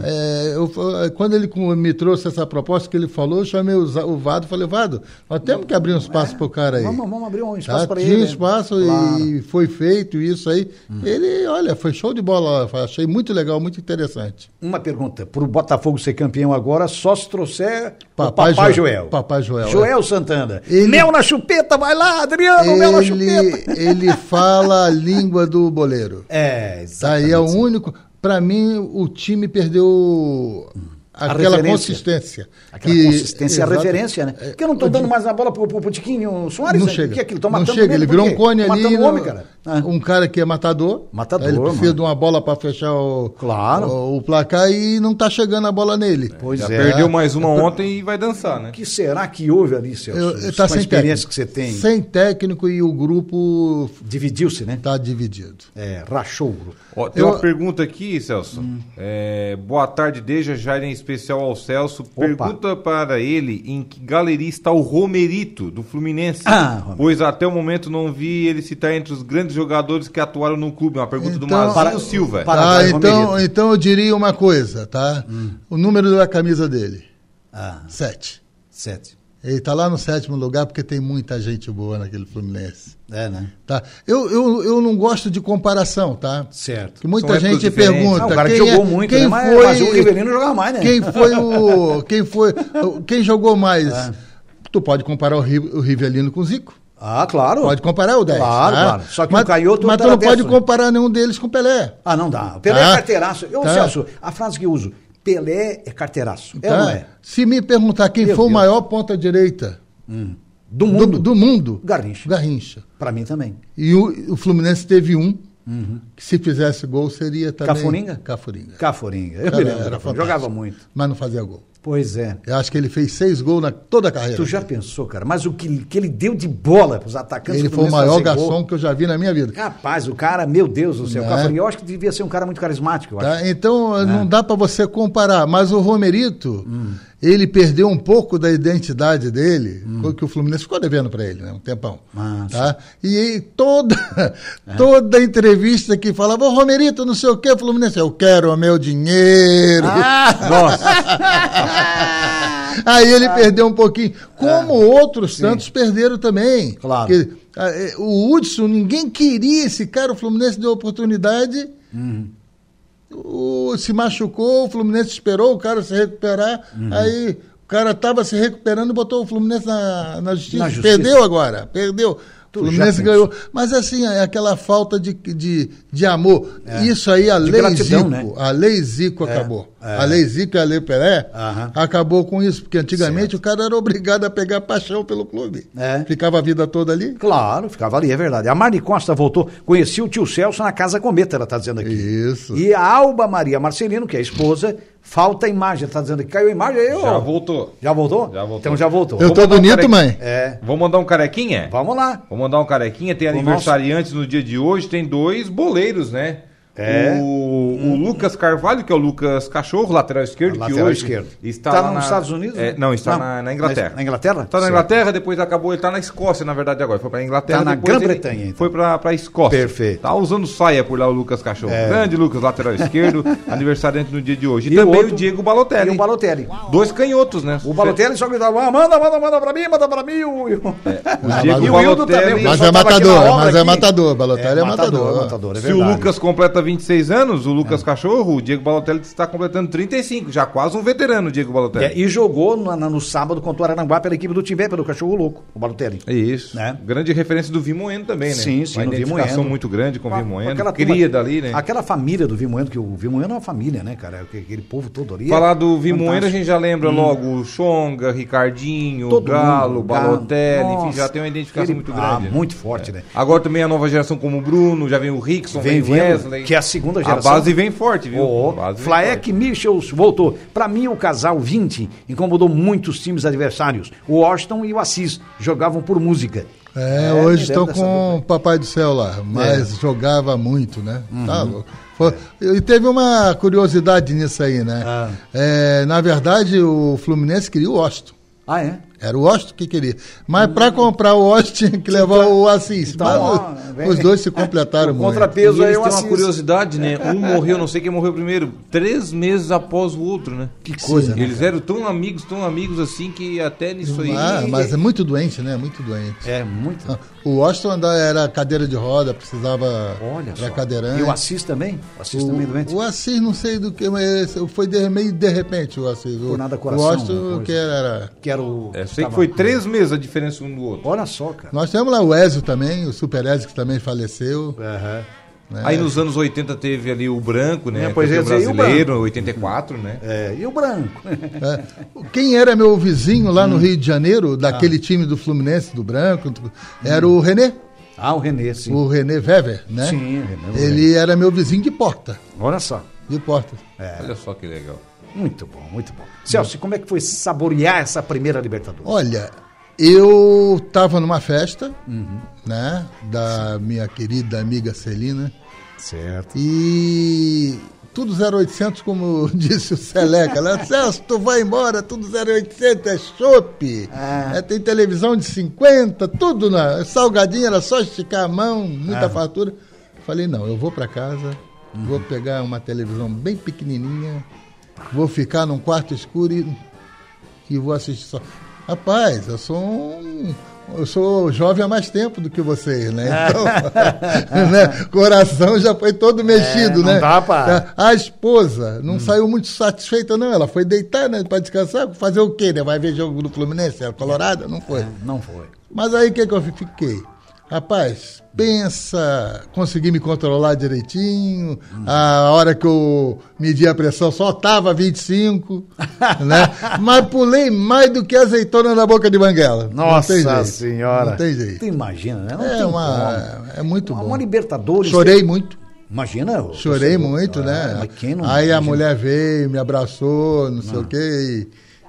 É, eu, quando ele me trouxe essa proposta que ele falou, eu chamei o, o Vado e falei, Vado, nós temos que abrir um espaço é, pro cara aí. Vamos, vamos abrir um espaço tá? para ele. Tinha um espaço claro. E foi feito isso aí. Hum. Ele, olha, foi show de bola. Achei muito legal, muito interessante. Uma pergunta, para o Botafogo ser campeão agora, só se trouxer Papai, o Papai Joel. Joel. Papai Joel. Joel é. Santana. Ele, mel na chupeta, vai lá, Adriano, ele, mel na chupeta. Ele fala a língua do boleiro. É, exatamente. Tá aí é o único... Para mim, o time perdeu... Aquela consistência. Aquela que, consistência e a referência, né? Porque eu não estou dando mais a bola pro, pro, pro Tiquinho Soares, não né? chega. Que é aquilo? Tô não matando chega, ele virou um cone ali. Matando no, homem, cara. Ah. Um cara que é matador. Matador, ele precisa mano. de uma bola para fechar o, claro. o, o placar e não tá chegando a bola nele. Pois Já é. Perdeu mais uma ontem e vai dançar, né? O que será que houve ali, Celso? Eu, tá com a experiência técnico, que você tem. Sem técnico e o grupo... Dividiu-se, né? Tá dividido. É, rachou o grupo. Ó, tem eu... uma pergunta aqui, Celso. Hum. É, boa tarde, desde já em especial ao Celso. Opa. Pergunta para ele em que galeria está o Romerito, do Fluminense. Ah, pois até o momento não vi ele citar entre os grandes jogadores que atuaram no clube. Uma pergunta então, do Mazinho para, Silva. Para, ah, então, então eu diria uma coisa, tá? Hum. O número da camisa dele. Ah. Sete. Sete. Ele está lá no sétimo lugar porque tem muita gente boa naquele Fluminense. É, né? Tá? Eu, eu, eu não gosto de comparação, tá? Certo. Que muita São gente pergunta. Não, o cara quem jogou é, muito, quem né? Mas, foi, mas o Rivelino jogava mais, né? Quem foi o. Quem foi. Quem jogou mais? É. Tu pode comparar o, o Rivelino com o Zico? Ah, claro. Pode comparar o dez. Claro, tá? Claro. Só que mas, o Canhoto... Mas tu não pode comparar nenhum deles com o Pelé. Ah, não dá. O Pelé tá. é carteiraço. Eu, tá. Celso, a frase que eu uso, Pelé é carteiraço. Tá. É ou não é? Se me perguntar quem Meu foi Deus. o maior ponta-direita... Hum. Do mundo? Do, do mundo. Garrincha. Garrincha. Para mim também. E o, o Fluminense teve um, uhum. que se fizesse gol seria também... Cafuringa? Cafuringa. Cafuringa. Eu me lembro. Jogava muito. Mas não fazia gol. Pois é. Eu acho que ele fez seis gols na toda a carreira. Tu já pensou, cara? Mas o que, que ele deu de bola para os atacantes... Ele foi o maior garçom gol. que eu já vi na minha vida. Capaz, o cara, meu Deus do céu. É. Eu acho que devia ser um cara muito carismático. Eu tá? acho. Então, é. não dá para você comparar. Mas o Romerito, hum. ele perdeu um pouco da identidade dele, hum. que o Fluminense ficou devendo para ele, né? Um tempão. Ah, tá? E toda, é. toda entrevista que falava, ô Romerito, não sei o que, Fluminense, eu quero o meu dinheiro. Ah, nossa! Aí ele ah, perdeu um pouquinho, como é, outros sim. tantos perderam também. Claro. Porque, o Hudson, ninguém queria esse cara, o Fluminense deu oportunidade, uhum. o, se machucou, o Fluminense esperou o cara se recuperar, uhum. aí o cara estava se recuperando e botou o Fluminense na, na, justiça. na justiça. Perdeu agora, perdeu. O Fluminense ganhou. Mas assim, é aquela falta de, de, de amor. É. Isso aí, a de lei gratidão, Zico, né? a lei Zico é. acabou. É. A lei Zico e a lei Pelé uh-huh. acabou com isso, porque antigamente certo. o cara era obrigado a pegar paixão pelo clube. É. Ficava a vida toda ali. Claro, ficava ali, é verdade. A Mari Costa voltou, conheci o tio Celso na Casa Cometa, ela está dizendo aqui. Isso. E a Alba Maria Marcelino, que é a esposa, falta a imagem, está dizendo que caiu a imagem aí. Já voltou. Já voltou? Já voltou. Então já voltou. Eu tô bonito, care... mãe. É. Vamos mandar um carequinha? Vamos lá. Vamos mandar um carequinha, tem o aniversariantes nosso... no dia de hoje, tem dois boleiros, né? É. O, hum. o Lucas Carvalho, que é o Lucas Cachorro, lateral esquerdo, lateral que hoje esquerdo. está tá lá nos na... Estados Unidos? É, não, está não. Na, na Inglaterra. Na Inglaterra? Está na certo. Inglaterra, depois acabou, ele está na Escócia, na verdade, agora. Foi para a Inglaterra. Está na Grã-Bretanha, então. Foi para a Escócia. Perfeito. Está usando saia por lá o Lucas Cachorro. É. Grande Lucas, lateral esquerdo, aniversariante no dia de hoje. E, e também o, outro, o Diego Balotelli. E o Balotelli. Dois canhotos, né? O Balotelli só gritava, ah, manda, manda, manda para mim, manda para mim. O, é. o Diego e o Hildo também. Mas é matador, mas é matador. Balotelli é matador. Se o Lucas completa vinte e seis anos, o Lucas Cachorro, o Diego Balotelli está completando trinta e cinco, já quase um veterano, o Diego Balotelli. É, e jogou no, no sábado contra o Aranguá pela equipe do Timbé, pelo Cachorro Louco, o Balotelli. Isso. Né? Grande referência do Vimoendo também, né? Sim, sim, uma no identificação Vimoendo. muito grande com o Vimoendo, aquela cria dali, né? Aquela família do Vimoendo, que o Vimoendo é uma família, né, cara? Aquele povo todo ali. Falar do Vimoendo, a gente já lembra hum. logo o Xonga, Ricardinho, todo Galo, mundo, Balotelli, Galo. Enfim, já tem uma identificação ele... muito grande. Ah, muito forte, é. né? Agora também a nova geração como o Bruno, já vem o Rickson, vem, vem o Wesley. Que é a segunda geração. A base vem forte, viu? Oh, Flaek Michels voltou. Para mim, o casal vinte incomodou muitos times adversários. O Washington e o Assis jogavam por música. É, é hoje estão com o Papai do Céu lá, mas é. jogava muito, né? Uhum. Tá louco. Foi, e teve uma curiosidade nisso aí, né? Ah. É, na verdade, o Fluminense queria o Washington. Ah, é? Era o Washington que queria. Mas hum. para comprar o Washington tinha que levar então, o Assis. Então, mas ó, os, os dois se completaram muito. Contrapeso aí, tem uma curiosidade, né? Um morreu, não sei quem morreu primeiro, três meses após o outro, né? Que coisa. Sim, eles eram tão amigos, tão amigos assim que até nisso aí. Ah, mas é muito doente, né? Muito doente. É, muito. O Washington era cadeira de roda, precisava. Olha era cadeirante. E o Assis também? O Assis o, também doente? O Assis, não sei do que, mas foi de, meio de repente o Assis. Por nada coração. O Washington, que era. Que era o. É, sei que foi três meses a diferença um do outro. Olha só, cara. Nós temos lá o Ezio também, o Super Ezio, que também faleceu. Aham. Né? Aí nos anos oitenta teve ali o Branco, né? É, pois é, o brasileiro, o oitenta e quatro, né? É, e o Branco. É. Quem era meu vizinho lá hum. no Rio de Janeiro, daquele ah. time do Fluminense, do Branco, era hum. o Renê. Ah, o Renê, sim. O Renê Weber, né? Sim, Renê. Ele era meu vizinho de porta. Olha só. De porta. É. Olha só que legal. Muito bom, muito bom. Celso, como é que foi saborear essa primeira Libertadores? Olha, eu estava numa festa, uhum. né, da minha querida amiga Celina. Certo. E tudo zero oitocentos, como disse o Seleca. Ela, Celso, tu vai embora, tudo zero oitocentos, é chope. Ah. É, tem televisão de cinquenta, tudo na salgadinho, era só esticar a mão, muita ah. fartura. Falei, não, eu vou para casa, uhum. vou pegar uma televisão bem pequenininha, vou ficar num quarto escuro e, e vou assistir só. Rapaz, eu sou um, eu sou jovem há mais tempo do que vocês, né? Então, né? Coração já foi todo mexido, é, não né? Dá pra... A esposa não hum. saiu muito satisfeita, não. Ela foi deitar, né? Para descansar, fazer o quê? Né? Vai ver jogo do Fluminense? Era Colorado? Não foi. É, não foi. Mas aí o que, que eu fiquei? Rapaz, pensa, consegui me controlar direitinho, hum. a hora que eu medi a pressão só estava vinte e cinco, né? Mas pulei mais do que azeitona na boca de banguela. Nossa Senhora! Não tem jeito. Tu imagina, né? Não é, tem uma, como. é muito uma, bom. Uma Libertadores. Chorei tem... muito. Imagina. Chorei muito, né? Mas quem não Aí imagina? A mulher veio, me abraçou, não sei ah. o quê, e...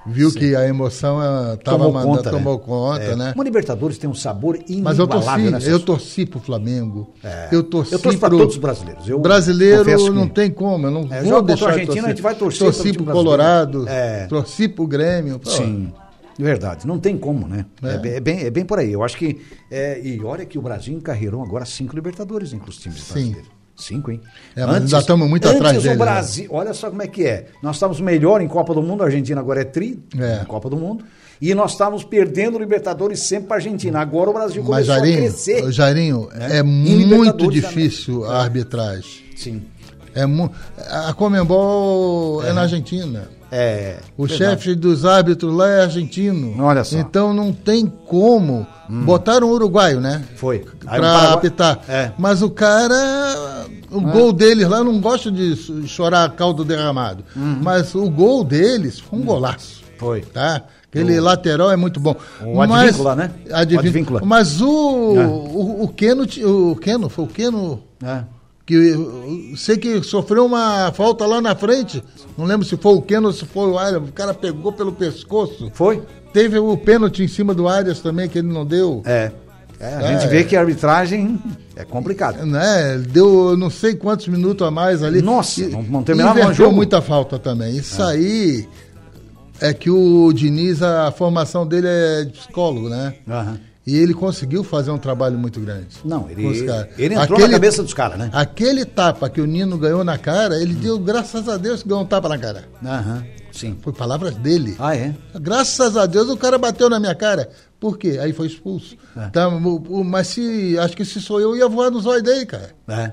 viu Sim. que a emoção estava mandando, conta, tomou né? conta, é. né? Uma Libertadores tem um sabor inigualável. Mas eu torci, né, eu torci pro Flamengo. É. Eu torci, eu torci para todos os brasileiros. Eu brasileiro que... não tem como, eu não é, vou deixar a Argentina, torcer. A gente vai torcer torci pro Colorado, é. torci pro Grêmio. Pô. Sim. Verdade, não tem como, né? É, é, é, bem, é bem por aí. Eu acho que. É, e olha que o Brasil encarreirou agora cinco Libertadores entre os times Sim. brasileiros. Cinco, hein? É, mas antes, ainda estamos muito atrás antes dele. O Brasil, né? Olha só como é que é. Nós estávamos melhor em Copa do Mundo, a Argentina agora é tri é. em Copa do Mundo. E nós estávamos perdendo Libertadores sempre para a Argentina. Agora o Brasil começou mas, Jairinho, a crescer. Jairinho, né? é muito difícil também. A arbitragem. Sim. É mu... A Conmebol é, é na Argentina. É. O verdade. chefe dos árbitros lá é argentino. Olha só. Então não tem como. Hum. Botaram um uruguaio, né? Foi. Pra apitar. É. Mas o cara. O ah. gol deles lá, eu não gosto de chorar caldo derramado. Uhum. Mas o gol deles foi um golaço. Foi. Tá? Aquele o... lateral é muito bom. O mas, Advíncula, né? Advíncula. Advíncula. Mas o, é. o, o Keno. O Keno, foi o Keno. É. Que eu sei que sofreu uma falta lá na frente, não lembro se foi o Keno ou se foi o Arias, o cara pegou pelo pescoço. Foi? Teve o pênalti em cima do Arias também, que ele não deu. É, é a é, gente vê que a arbitragem é complicada. Né? Deu não sei quantos minutos a mais ali. Nossa, e, não, não terminava o jogo. Muita falta também. Isso é. aí é que o Diniz, a formação dele é de psicólogo, né? Aham. E ele conseguiu fazer um trabalho muito grande. Não, ele, ele entrou aquele, na cabeça dos caras, né? Aquele tapa que o Nino ganhou na cara, ele hum. deu, graças a Deus, que ganhou um tapa na cara. Aham, sim. Foi palavras dele. Ah, é? Graças a Deus o cara bateu na minha cara. Por quê? Aí foi expulso. É. Tá, mas se, acho que se sou eu, ia voar no zóio dele, cara. É.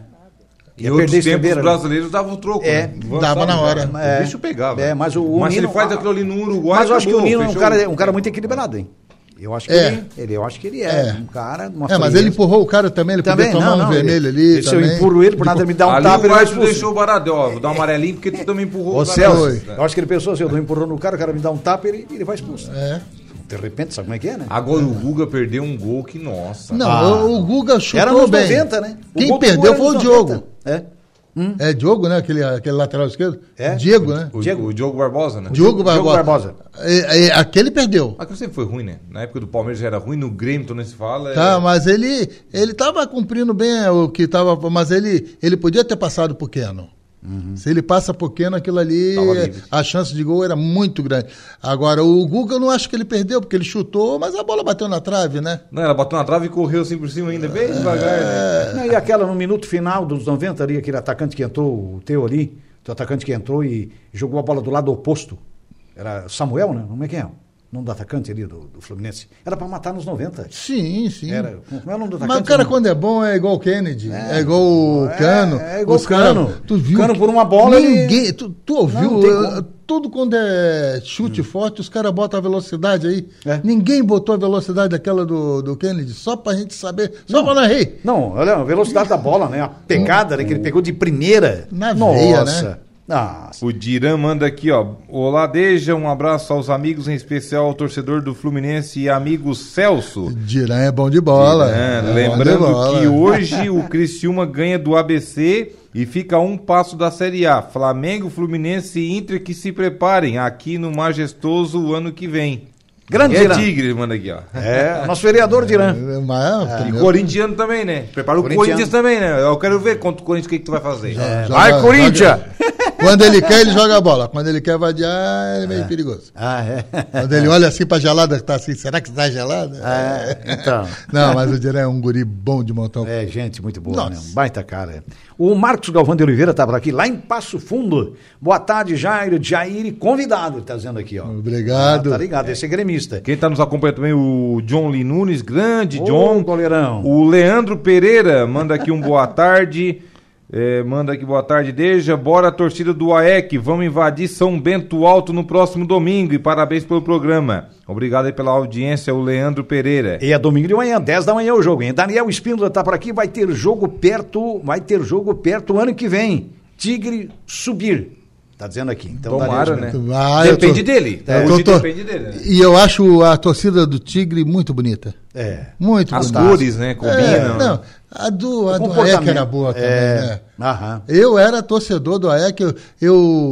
E outros tempos os brasileiros davam o troco, é, né? Dava na hora. É. O bicho pegava. É, mas o, o mas Nino, ele faz aquilo ali no Uruguai. Mas eu acho acabou, que o Nino é um cara, o... um cara muito equilibrado, hein? Eu acho que é. ele, ele, eu acho que ele é, é. um cara... É, mas ele empurrou o cara também, ele também, podia tomar não, um não, vermelho ele, ali se também. eu empurro ele, por nada ele me dá um ali tapa... Ali o Arthur deixou o Baradel, ó, vou dar um amarelinho porque tu também empurrou Ô, o Celso, eu acho que ele pensou assim, eu dou um empurrão no cara, o cara me dá um tapa e ele, ele vai expulso. É. De repente, sabe como é que é, né? Agora o Guga perdeu um gol que, nossa... Não, ah. o Guga chutou era nos bem. noventa, né? O Quem perdeu foi o Diogo. É. Hum? É Diogo, né? Aquele, aquele lateral esquerdo? É? Diego, né? O Diogo, o Diogo Barbosa, né? Diogo Barbosa. Diogo Barbosa. É, é, aquele perdeu. Aquele sempre foi ruim, né? Na época do Palmeiras já era ruim, no Grêmio, então nem se fala. Tá, é... mas ele ele tava cumprindo bem o que tava, mas ele, ele podia ter passado por Keno. Uhum. Se ele passa por Keno, aquilo ali, a chance de gol era muito grande. Agora, o Guga eu não acho que ele perdeu, porque ele chutou, mas a bola bateu na trave, né? Não, ela bateu na trave e correu assim por cima ainda, bem é... devagar. Né? Não, e aquela no minuto final dos noventa ali, aquele atacante que entrou, o teu ali, o atacante que entrou e jogou a bola do lado oposto. Era Samuel, né? Como é que é? O nome do atacante ali do, do Fluminense. Era pra matar nos noventa. Sim, sim. Era, como é o nome do atacante? Mas o cara, não? Quando é bom, é igual o Kennedy. É, é igual o Cano. É, é igual o Cano. Cara, tu viu? Cano por uma bola. Ninguém. Ele... Tu, tu ouviu? Não, tudo quando é chute hum. forte, os caras botam a velocidade aí. É. Ninguém botou a velocidade daquela do, do Kennedy, só pra gente saber. Só pra nós rir. Não, olha a velocidade da bola, né? A pegada hum. né, que ele pegou de primeira. Na veia, né? Nossa. O Diran manda aqui, ó. Olá, Deja, um abraço aos amigos, em especial ao torcedor do Fluminense e amigo Celso. Diran é bom de bola. Diran, é lembrando de bola. Que hoje o Criciúma ganha do A B C e fica a um passo da Série A. Flamengo, Fluminense e Inter que se preparem aqui no majestoso ano que vem. Grande é Diran. Tigre, ele manda aqui, ó. É, nosso vereador Diran. É, é. E corintiano também, né? Prepara o Corinthians também, né? Eu quero ver contra o Corinthians o que, que tu vai fazer. Joga, é. joga, vai, Corinthians! Quando ele quer, ele joga a bola. Quando ele quer vadiar, ele é meio é. perigoso. Ah, é. Quando ele olha assim pra gelada, tá assim, será que tá gelada? É, então. Não, mas o Diran é um guri bom de montão. É, gente, muito boa, Nossa. né? Um baita cara. O Marcos Galvão de Oliveira tá por aqui, lá em Passo Fundo. Boa tarde, Jair, Jair, convidado, ele tá dizendo aqui, ó. Obrigado. Ah, tá ligado, esse é gremista. Quem tá nos acompanhando também, o John Lee Nunes, grande Ô, John. goleirão. O Leandro Pereira manda aqui um boa tarde. É, manda aqui boa tarde, Deja. Bora, torcida do A E C, vamos invadir São Bento Alto no próximo domingo e parabéns pelo programa. Obrigado aí pela audiência, o Leandro Pereira. E é domingo de manhã, dez da manhã o jogo, hein? Daniel Espíndola tá por aqui, vai ter jogo perto, vai ter jogo perto ano que vem. Tigre subir. Tá dizendo aqui. Então, Tomara, né? Ah, depende tô... dele. É, Hoje tô... depende dele. Né? E eu acho a torcida do Tigre muito bonita. É. Muito As bonita. As cores, né? Combinam. É, não, a do, a do A E C era boa também, é. né? Aham. Eu era torcedor do A E C, eu, eu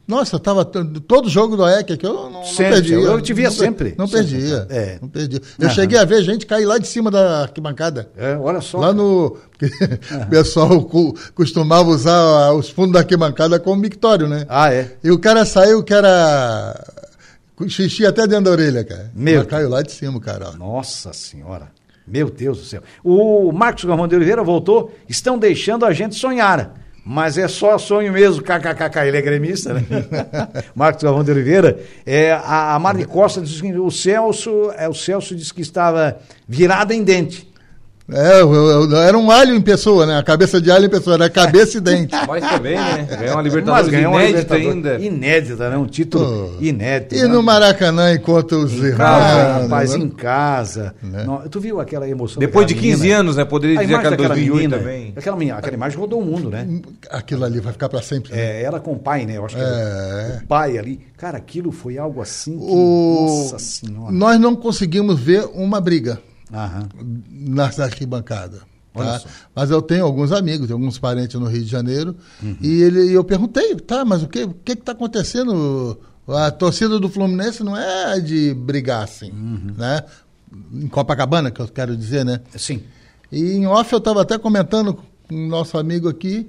Nossa, tava todo jogo do A E C aqui, eu não, não sempre, perdia. Eu te via não, sempre. Não perdia. É. Não perdia. Eu uhum. cheguei a ver gente cair lá de cima da arquibancada. É, olha só. Lá no... Uhum. O pessoal costumava usar os fundos da arquibancada como mictório, né? Ah, é? E o cara saiu que era... xixi até dentro da orelha, cara. Meu Mas caiu lá de cima, cara. Nossa Senhora. Meu Deus do céu. O Marcos Galvão de Oliveira voltou. Estão deixando a gente sonhar. Mas é só sonho mesmo, kkkk, ele é gremista, né? Marcos Galvão de Oliveira, é, a, a Mari Costa diz que o Celso, é, o Celso disse que estava virado em dente. É, eu, eu, era um alho em pessoa, né? A cabeça de alho em pessoa, era cabeça e dente. Mas também, né? Ganhou uma Libertadores inédita uma Libertadores ainda. Inédita, né? Um título oh. inédito. E né? no Maracanã, enquanto os irmãos. Casa, rapaz, né? Em casa. Né? Não, tu viu aquela emoção? Depois de quinze menina? Anos, né? Poderia dizer aquela dois mil e oito menina, também. Aquela, minha, aquela imagem rodou o mundo, né? Aquilo ali vai ficar pra sempre. Né? É, era com o pai, né? Eu acho que é. era o pai ali. Cara, aquilo foi algo assim que... O... Nossa Senhora. Nós não conseguimos ver uma briga Aham. na arquibancada. Tá? Mas eu tenho alguns amigos, tenho alguns parentes no Rio de Janeiro, uhum. e ele, eu perguntei, tá, mas o que o que está acontecendo? A torcida do Fluminense não é de brigar assim, uhum. né? Em Copacabana, que eu quero dizer, né? Sim. E em off eu estava até comentando com o nosso amigo aqui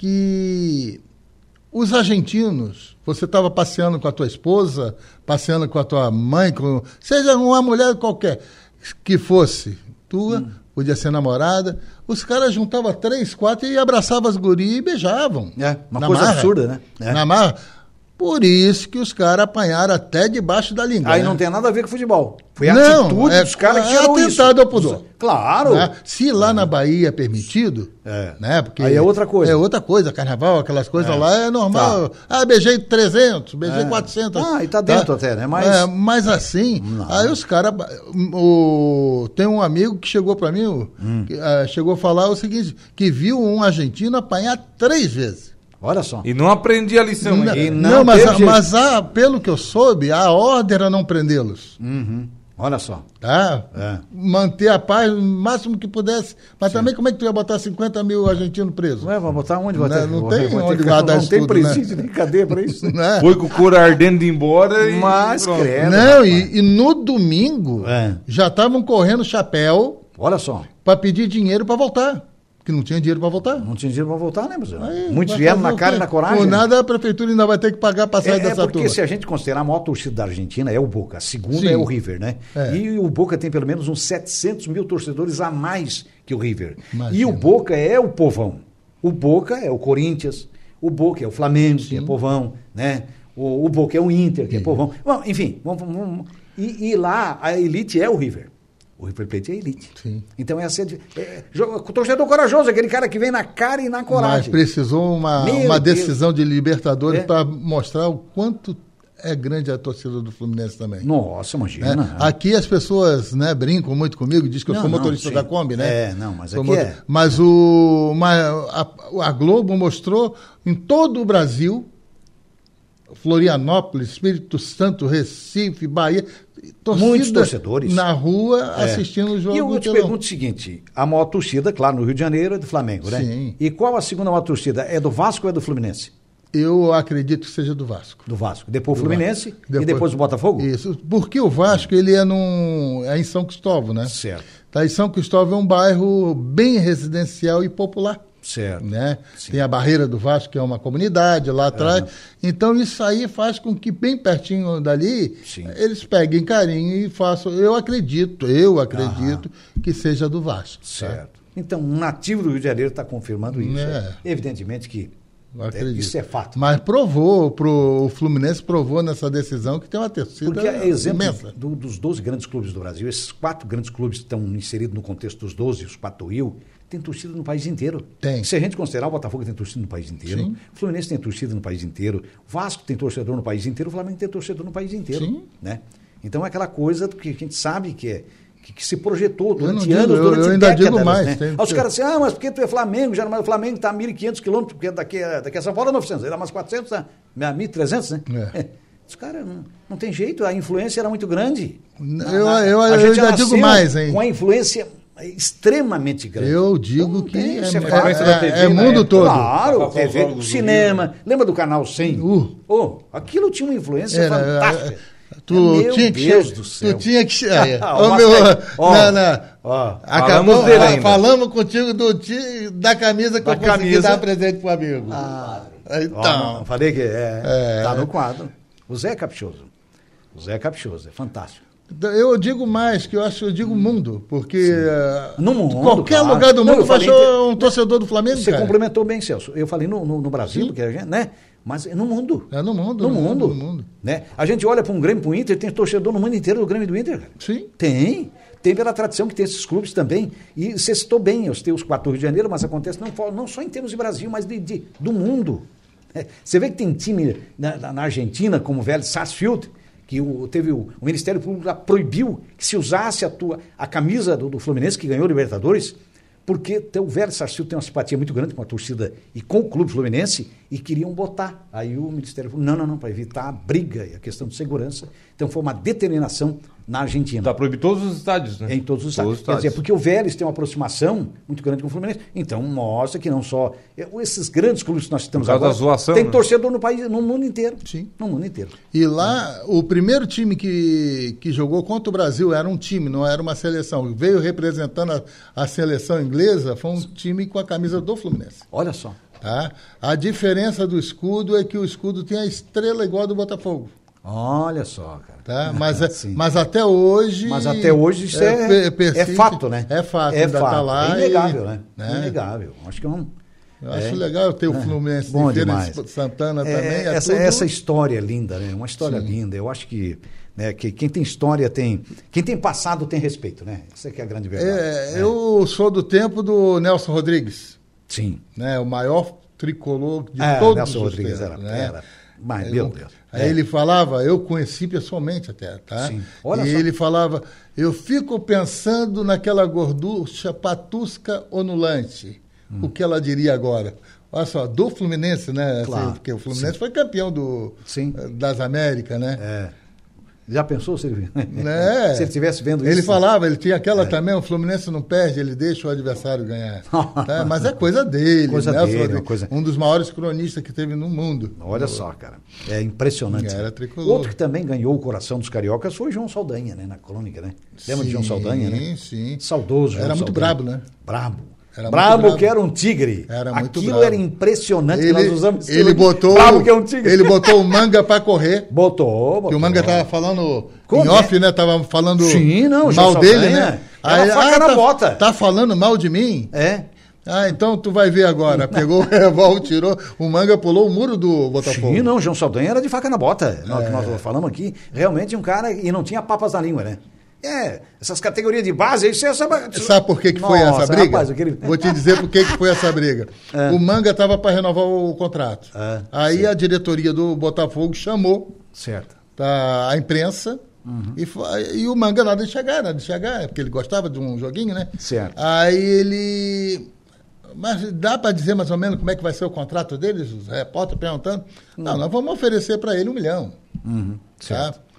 que os argentinos, você estava passeando com a tua esposa, passeando com a tua mãe, com, seja uma mulher qualquer que fosse tua, hum. podia ser namorada, os caras juntavam três, quatro e abraçavam as gurias e beijavam. É, uma coisa marra, absurda, né? É. Na marra. Por isso que os caras apanharam até debaixo da língua. Aí né? não tem nada a ver com futebol. Foi a não, atitude é, dos caras que é fizeram isso. atentado ao pudor. Claro. Né? Se lá é. na Bahia é permitido, é. né? Porque aí é outra coisa. É outra coisa, carnaval, aquelas coisas é. lá é normal. Tá. Ah, beijei trezentos, beijei é. quatrocentos. Ah, e tá dentro tá? até, né? Mas, é, mas assim, não. aí os caras... O... Tem um amigo que chegou para mim, hum. que, uh, chegou a falar o seguinte, que viu um argentino apanhar três vezes. Olha só. E não aprendi a lição. Não, e não, não mas, a, mas a, pelo que eu soube, a ordem era não prendê-los. Uhum. Olha só. Tá? É. Manter a paz o máximo que pudesse. Mas Sim. também como é que tu ia botar cinquenta mil argentinos presos? Ué, vai botar onde? Não, ter, não vou, tem vou onde ter, guardar não isso tem tudo, presídio né? nem cadeia para isso. Né? Foi com o couro ardendo embora e... Mas, credo. Não, e, e no domingo é. já estavam correndo chapéu... Olha só. Para pedir dinheiro para voltar. Que não tinha dinheiro para voltar. Não tinha dinheiro para voltar, né, professor? Aí, muitos vieram na cara e na coragem. Por nada, a prefeitura ainda vai ter que pagar para sair é, dessa turma. É porque turma. Se a gente considerar a maior torcida da Argentina é o Boca, a segunda Sim. é o River, né? É. E o Boca tem pelo menos uns setecentos mil torcedores a mais que o River. Imagina. E o Boca é o povão. O Boca é o Corinthians, o Boca é o Flamengo, Sim. que é povão, né? O, o Boca é o Inter, que Sim. é povão. Bom, enfim, vamos, vamos, e, e lá a elite é o River. O River Plate é elite. Sim. Então é assim, é, o torcedor corajoso, aquele cara que vem na cara e na coragem. Mas precisou uma, uma decisão de Libertadores é. para mostrar o quanto é grande a torcida do Fluminense também. Nossa, imagina. É. Aqui as pessoas, né, brincam muito comigo, dizem que eu não, sou motorista não, da Kombi, né? É, não, mas sou aqui motor... é. Mas o, uma, a, a Globo mostrou em todo o Brasil, Florianópolis, Espírito Santo, Recife, Bahia... Muitos torcedores na rua é. assistindo o jogo. E eu, eu te pergunto o seguinte: a maior torcida, claro, no Rio de Janeiro é do Flamengo, né? Sim. E qual a segunda maior torcida? É do Vasco ou é do Fluminense? Eu acredito que seja do Vasco. Do Vasco. Depois o Fluminense depois, e depois o Botafogo? Isso. Porque o Vasco, ele é, num, é em São Cristóvão, né? Certo. Tá, e São Cristóvão é um bairro bem residencial e popular. Certo. Né? Tem a Barreira do Vasco, que é uma comunidade lá atrás. Uhum. Então, isso aí faz com que, bem pertinho dali, Sim. eles peguem carinho e façam. Eu acredito, eu acredito uhum. que seja do Vasco. Certo. Tá? Então, um nativo do Rio de Janeiro está confirmando isso. É. Evidentemente que é, isso é fato. Mas provou, pro, o Fluminense provou nessa decisão que tem uma torcida Porque é exemplo imensa. Do, dos doze grandes clubes do Brasil, esses quatro grandes clubes que estão inseridos no contexto dos doze, os quatro do Rio, tem torcida no país inteiro. Tem. Se a gente considerar, o Botafogo tem torcida no país inteiro, Sim. o Fluminense tem torcida no país inteiro, o Vasco tem torcedor no país inteiro, o Flamengo tem torcedor no país inteiro. Sim. Né? Então é aquela coisa que a gente sabe que é que, que se projetou durante digo, anos, durante eu, eu ainda décadas. Digo mais, né? tem, Aí os caras dizem, ah, mas porque tu é Flamengo, já, mas o Flamengo está a mil e quinhentos quilômetros, porque daqui a, daqui a São Paulo é novecentos, aí dá mais quatrocentos, tá? mil e trezentos, né? É. Os caras, não, não tem jeito, a influência era muito grande. Eu, na, eu, eu, eu ainda digo mais, hein? Com a influência extremamente grande. Eu digo então, que tem, é, é, é, é mundo todo. Claro, T V, cinema. Lembra do Canal cem? Uh. Oh, aquilo tinha uma influência é, fantástica. É, Tu, meu tinha que Deus do céu. Tu tinha que. É, oh, meu, oh, não, não. Oh, acabou, falamos, falamos contigo do, da camisa que da eu consegui camisa. dar presente pro amigo. Ah, então. Oh, falei que é, é. Tá no quadro. O Zé é caprichoso. O Zé é caprichoso, é fantástico. Eu digo mais, que eu acho, eu digo mundo, porque no mundo, qualquer claro. lugar do mundo não, achou um torcedor do Flamengo. Você cara. complementou bem, Celso. Eu falei no, no, no Brasil, porque a gente, né? Mas é no mundo. É no mundo. No, no mundo. mundo, no mundo. Né? A gente olha para um Grêmio, para um Inter, tem torcedor no mundo inteiro do Grêmio e do Inter. Cara. Sim. Tem. Tem pela tradição que tem esses clubes também. E você citou bem os teus quatro Rio de Janeiro, mas acontece não, não só em termos de Brasil, mas de, de, do mundo. É, você vê que tem time na, na Argentina, como o velho Sarsfield, que o, teve o, o Ministério Público lá proibiu que se usasse a, tua, a camisa do, do Fluminense, que ganhou o Libertadores, porque o velho Sarsfield tem uma simpatia muito grande com a torcida e com o clube fluminense e queriam botar. Aí o Ministério Público, não, não, não, para evitar a briga e a questão de segurança. Então foi uma determinação na Argentina. Está proibido todos os estádios, né? Em todos os estádios. Todos os Quer dizer, porque o Vélez tem uma aproximação muito grande com o Fluminense. Então mostra que não só esses grandes clubes que nós estamos agora, zoação, tem né? torcedor no país, no mundo inteiro. Sim. No mundo inteiro. E lá, o primeiro time que, que jogou contra o Brasil era um time, não era uma seleção. Veio representando a, a seleção inglesa, foi um time com a camisa do Fluminense. Olha só. Tá? A diferença do escudo é que o escudo tem a estrela igual a do Botafogo. Olha só, cara. Tá? Mas, é, mas até hoje... Mas até hoje isso é, é, é fato, né? É fato. É fato. Tá lá é inegável, e, né? né? É inegável. Acho que é um... Eu acho é, legal ter o Fluminense é, de Feira de Santana é, também. É essa, tudo... essa história linda, né? Uma história Sim. linda. Eu acho que, né, que quem tem história tem... Quem tem passado tem respeito, né? Essa que é a grande verdade. É, é. Eu sou do tempo do Nelson Rodrigues. Sim. Né? O maior tricolor de é, todos Nelson os Rodrigues tempos, era, né? era. Mas, é, meu Deus. Aí é. ele falava, eu conheci pessoalmente até, tá? Sim. Olha e só. ele falava, eu fico pensando naquela gorducha patusca onulante. Hum. O que ela diria agora? Olha só, do Fluminense, né? Claro. Assim, porque o Fluminense Sim. foi campeão do, Sim. das Américas, né? É. Já pensou se ele, né? se ele estivesse vendo ele isso? Ele falava, ele tinha aquela é. também, o Fluminense não perde, ele deixa o adversário ganhar. Tá? Mas é coisa dele. Coisa né? dele uma coisa... Um dos maiores cronistas que teve no mundo. Olha no... só, cara. É impressionante. Era tricolor. Outro que também ganhou o coração dos cariocas foi o João Saldanha, né? Na crônica, né? Lembra sim, de João Saldanha, né? Sim, sim. Saudoso João Era muito Saldanha. brabo, né? Brabo. Era brabo, brabo que era um tigre. Era muito Aquilo brabo. era impressionante. Ele, nós usamos ele botou, brabo que é um tigre. Ele botou o Manga pra correr. Botou, botou. Que o Manga tava falando Como em é? off, né? Tava falando Sim, não, mal dele, né? Era Aí, faca ah, na tá, bota. Tá falando mal de mim? É. Ah, então tu vai ver agora. Pegou o revólver, tirou, o Manga pulou o muro do Botafogo. Sim, não, João Saldanha era de faca na bota. É. Nós, nós falamos aqui, realmente um cara, e não tinha papas na língua, né? É, essas categorias de base, isso é essa... Sabe por que, que foi Nossa, essa briga? Rapaz, aquele... Vou te dizer por que, que foi essa briga. É. O Manga estava para renovar o contrato. É, Aí certo. a diretoria do Botafogo chamou certo. Tá, a imprensa uhum. e, foi, e o Manga nada de chegar, nada de chegar, porque ele gostava de um joguinho, né? Certo. Aí ele... Mas dá para dizer mais ou menos como é que vai ser o contrato deles? Os repórteres perguntando. Uhum. Não, nós vamos oferecer para ele um milhão. Uhum. Certo. Tá?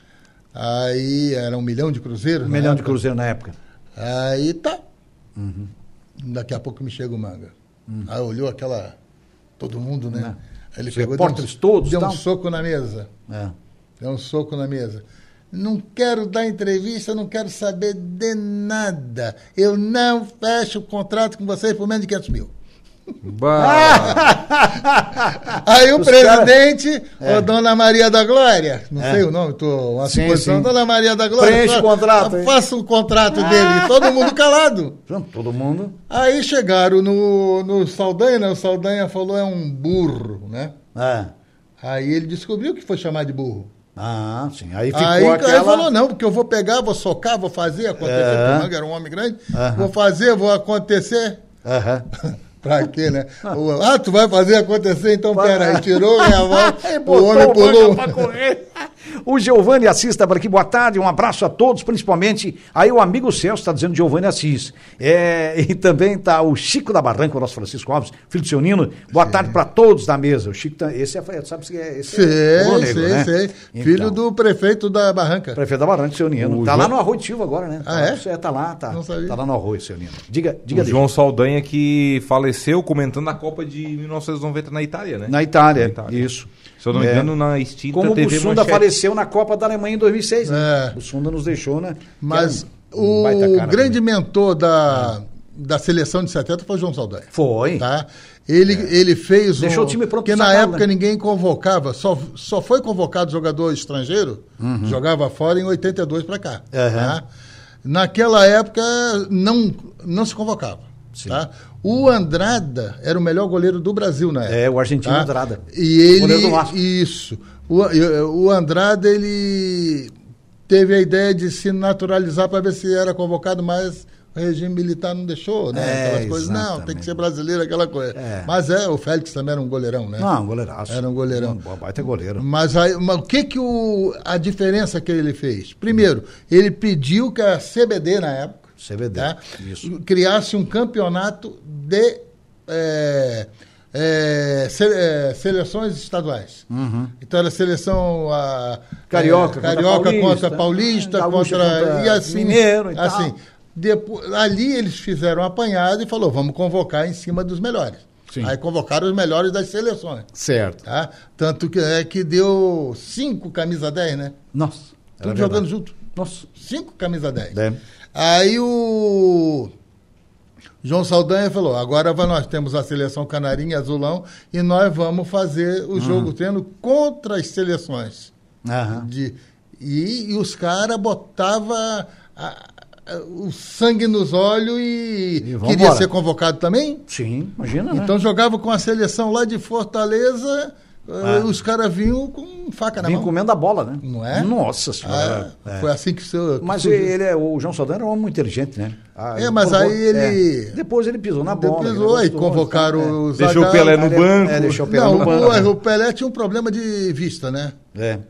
Aí era um milhão de cruzeiros. Um milhão época. de cruzeiros na época. Aí tá. Uhum. Daqui a pouco me chega o Manga. Uhum. Aí olhou aquela. Todo mundo, né? Não. Aí ele Os pegou. repórteres deu um, todos. Deu tal. um soco na mesa. É. Deu um soco na mesa. Não quero dar entrevista, não quero saber de nada. Eu não fecho o contrato com vocês por menos de quinhentos mil. Aí o Os presidente, cara... é. Dona Maria da Glória, não é. sei o nome, estou uma sim, suposição, sim. Dona Maria da Glória. Preenche o contrato. Faça o contrato ah. dele, todo mundo calado. Todo mundo. Aí chegaram no, no Saldanha, né? O Saldanha falou é um burro, né? É. Aí ele descobriu que foi chamar de burro. Ah, sim. Aí ficou aí, aquela... Aí falou, não, porque eu vou pegar, vou socar, vou fazer acontecer, é. porque o Manga era um homem grande, uh-huh. vou fazer, vou acontecer. Aham. Uh-huh. Pra quê, né? Ah, tu vai fazer acontecer, então pera aí. Tirou a volta, o homem pulou. O Giovanni Assis está por aqui, boa tarde, um abraço a todos, principalmente aí o amigo Celso está dizendo Giovanni Assis. É, e também está o Chico da Barranca, o nosso Francisco Alves, filho do seu Nino. Boa Sim. tarde para todos da mesa. O Chico, tá, esse é, sabe se é esse sei, é o Negro, sei, né? sei. Então, filho do prefeito da Barranca. Prefeito da Barranca, seu Nino. O tá João... lá no Arroio Tio agora, né? Ah, é? É, tá lá, tá. Tá lá no Arroio, seu Nino. Diga, diga. O João Saldanha que faleceu comentando a Copa de mil novecentos e noventa na Itália, né? Na Itália, na Itália. isso. Se eu não me é. engano, na extinta Como T V o Bussunda Manchete. faleceu na Copa da Alemanha em dois mil e seis, né? É. O Bussunda nos deixou, né? Mas um, um o grande também. mentor da, da seleção de setenta foi o João Saldanha. Foi. Tá? Ele, é. ele fez Deixou um... o time pronto. Porque na sacado, época né? ninguém convocava, só, só foi convocado jogador estrangeiro, uhum. jogava fora em oitenta e dois para cá. Uhum. Tá? Naquela época não, não se convocava. Tá? O Andrada era o melhor goleiro do Brasil na época. É, o argentino tá? Andrada. E ele, goleiro do Vasco. Isso. O, o Andrada, ele teve a ideia de se naturalizar para ver se era convocado, mas o regime militar não deixou, né? É, aquelas coisas. Não, tem que ser brasileiro, aquela coisa. É. Mas é, o Félix também era um goleirão, né? Não, um goleiraço. Era um goleirão. Um baita goleiro. Mas, aí, mas o que que o, a diferença que ele fez? Primeiro, ele pediu que a C B D, na época, C B D, tá? isso. criasse um campeonato de é, é, se, é, seleções estaduais. Uhum. Então era seleção a, carioca, é, carioca contra paulista, paulista, é, contra, contra e assim, mineiro e assim, tal. Depois, ali eles fizeram um apanhado e falou, vamos convocar em cima dos melhores. Sim. Aí convocaram os melhores das seleções. Certo. Tá? Tanto que, é, que deu cinco camisa dez, né? Nossa. Tudo jogando junto. Nossa. Cinco camisa dez. É. Aí o João Saldanha falou, agora nós temos a seleção Canarinho Azulão e nós vamos fazer o uhum. jogo treino contra as seleções. Uhum. De, e, e os caras botavam o sangue nos olhos e, e queria embora. Ser convocado também? Sim, imagina, Então né? jogava com a seleção lá de Fortaleza... Ah. Os caras vinham com faca na Vinha mão. comendo a bola, né? Não é? Nossa senhora. Ah, é. Foi assim que... Seu, mas que ele é, o João Saldanha era um homem muito inteligente, né? Ah, é, mas aí ele... É. Depois ele pisou na bola. Pisou, aí convocaram é. os... Deixou o Pelé no banco. É, deixou o Pelé Não, no banco. O, o Pelé tinha um problema de vista, né? É.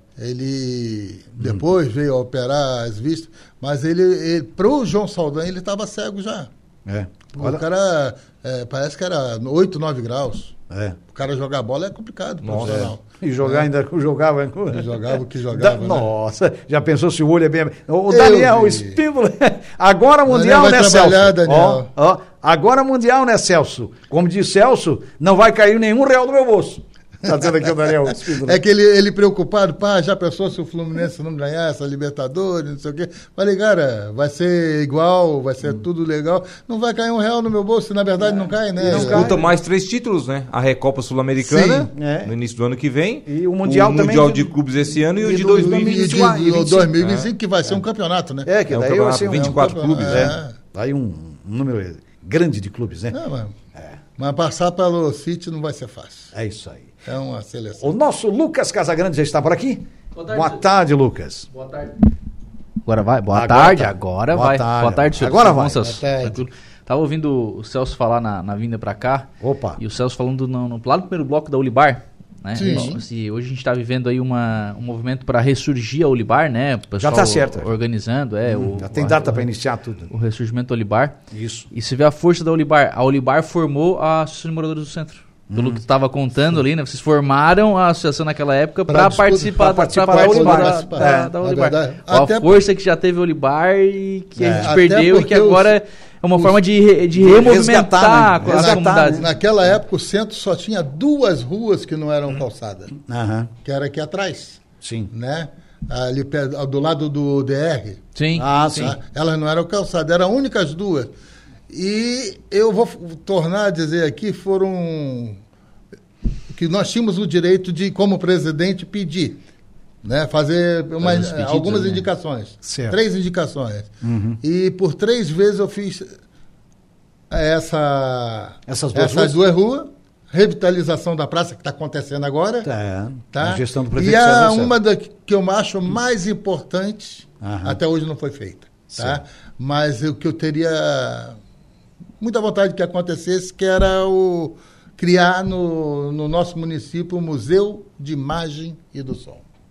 Ele depois hum. veio a operar as vistas, mas ele, ele para o João Saldanha, ele estava cego já. É. Olha... O cara, é, parece que era oito, nove graus. É. O cara jogar bola é complicado. Nossa. É. E jogar é. ainda jogava. E jogava o que jogava. Da, né? Nossa, já pensou se o olho é bem. O Daniel, o Espínola. Agora Mundial, né, Celso? Ó, ó, agora Mundial, né, Celso? Como diz Celso, não vai cair nenhum real do meu bolso. Tá dizendo aqui o Daniel Espínola. É que ele, ele preocupado, pá, já pensou se o Fluminense não ganhar essa Libertadores, não sei o quê. Falei, cara, vai ser igual, vai ser hum. tudo legal. Não vai cair um real no meu bolso, na verdade é. não cai, né? Não disputa mais três títulos, né? A Recopa Sul-Americana, é. no início do ano que vem. E o Mundial o também. O Mundial de Clubes esse ano e, e o de dois mil e vinte e cinco. E o dois mil e vinte e cinco, que vai ser um campeonato, né? É, que daí é um vai ser um, vinte e quatro é um clubes. É. É. Aí um número grande de clubes, né? Não, mas, é. mas passar pelo City não vai ser fácil. É isso aí. É uma seleção. O nosso Lucas Casagrande já está por aqui? Boa tarde, Boa tarde Lucas. Boa tarde. Agora vai. Boa agora tarde, tá. agora Boa vai. Tarde. Boa tarde, senhor. Agora vai. Boa tarde. Tava ouvindo o Celso falar na, na vinda para cá. Opa. E o Celso falando no, no, lá no primeiro bloco da Olibar. Né? Sim. Então, se hoje a gente está vivendo aí uma, um movimento para ressurgir a Olibar, né? O pessoal já está certo. Organizando, é. Hum, o, já tem data para iniciar tudo. O ressurgimento da Olibar. Isso. E se vê a força da Olibar. A Olibar formou a Associação de Moradores do Centro. Pelo hum. que tu estava contando Sim. ali, né? Vocês formaram a associação naquela época para participar, participar, pra participar da, da, da, é, da Olibar. A Até força que já teve o Olibar e que é. a gente perdeu e que agora os, é uma os, forma de, de removimentar né? as comunidades. Naquela época o centro só tinha duas ruas que não eram calçadas, uhum. que era aqui atrás. Sim. Né? Ali do lado do D R. Sim. Ah, sim. Tá? Elas não eram calçadas, eram únicas duas. E eu vou tornar a dizer aqui, foram que nós tínhamos o direito de, como presidente, pedir, né, fazer uma, pedidos, algumas né? indicações. Certo. Três indicações. Uhum. E por três vezes eu fiz essa, essas duas, essas duas ruas, revitalização da praça, que está acontecendo agora. Tá, tá? A gestão do prefeito E a, uma da, que eu acho mais importante, uhum. até hoje não foi feita. Tá? Mas o que eu teria... muita vontade que acontecesse, que era o criar no, no nosso município o Museu de Imagem e do Som.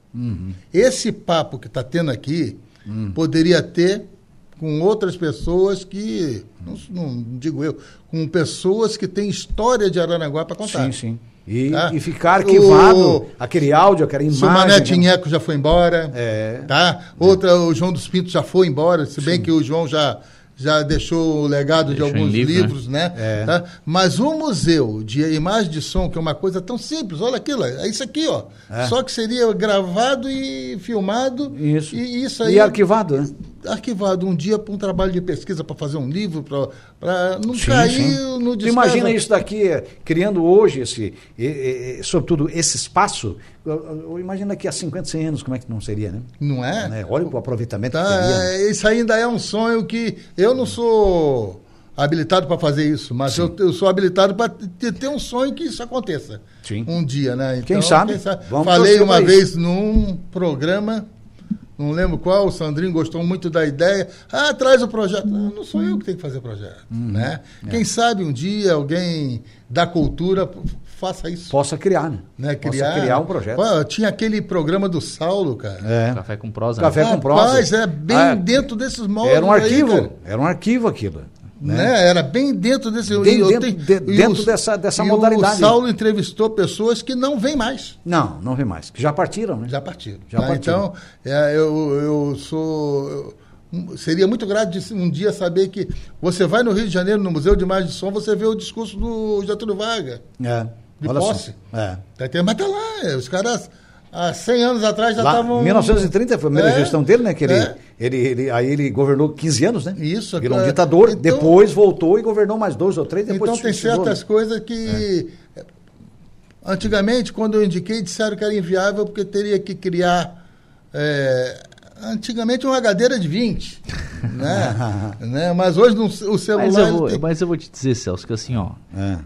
Uhum. Esse papo que está tendo aqui uhum. poderia ter com outras pessoas que, não, não digo eu, com pessoas que têm história de Araranguá para contar. Sim, sim. E, tá? e ficar arquivado o, aquele áudio, aquela imagem. O Mané Tinheco já foi embora. É. Tá? Outra, é. o João dos Pintos já foi embora, se bem sim. que o João já... já deixou o legado deixou de alguns livro, livros, né? né? É. Tá? Mas o museu de imagem de som, que é uma coisa tão simples, olha aquilo, é isso aqui, ó. É. Só que seria gravado e filmado. Isso. E, isso aí, e arquivado, né? Arquivado um dia para um trabalho de pesquisa, para fazer um livro, para não sim, cair sim. no descaso. Imagina isso daqui, criando hoje, esse, e, e, sobretudo, esse espaço. Imagina que há cinquenta, cem anos, como é que não seria, né? Não é? Né? Olha o aproveitamento tá, que teria. Né? Isso ainda é um sonho que eu não sou habilitado para fazer isso, mas eu, eu sou habilitado para ter, ter um sonho que isso aconteça. Sim. Um dia, né? Então, quem sabe? Quem sabe? Falei uma vez num programa, não lembro qual, o Sandrinho gostou muito da ideia. Ah, traz o projeto. Não, não sou eu que tenho que fazer o projeto. Hum, né? É. Quem sabe um dia alguém da cultura faça isso. Possa criar, né? né? Criar, Possa criar um projeto. Pô, tinha aquele programa do Saulo, cara. É. Café com prosa. Café né? com prosa. Rapaz, é bem ah, dentro desses moldes. Era um arquivo. Aí, era um arquivo aquilo. Né? Né? Era bem dentro desse... Bem eu, dentro, tenho, de, dentro o, dessa, dessa e modalidade. O Saulo entrevistou pessoas que não vêm mais. Não, não vêm mais. Que já partiram, né? Já partiram. Já tá? partiram. Então, é, eu, eu sou... Eu, seria muito grato de um dia saber que você vai no Rio de Janeiro, no Museu de Imagem de Som, você vê o discurso do Getúlio Vargas. É. De Olha posse. É. Mas tá lá, os caras... Há cem anos atrás já estavam... Em mil novecentos e trinta foi a primeira é, gestão dele, né? Que ele, é. ele, ele, aí ele governou quinze anos, né? Isso. Virou um ditador, então, depois voltou e governou mais dois ou três, depois então tem certas né? coisas que... É. Antigamente, quando eu indiquei, disseram que era inviável porque teria que criar... É, antigamente uma gadeira de vinte, né? né? Mas hoje no, o celular... Mas eu, vou, tem... mas eu vou te dizer, Celso, que assim, ó... É.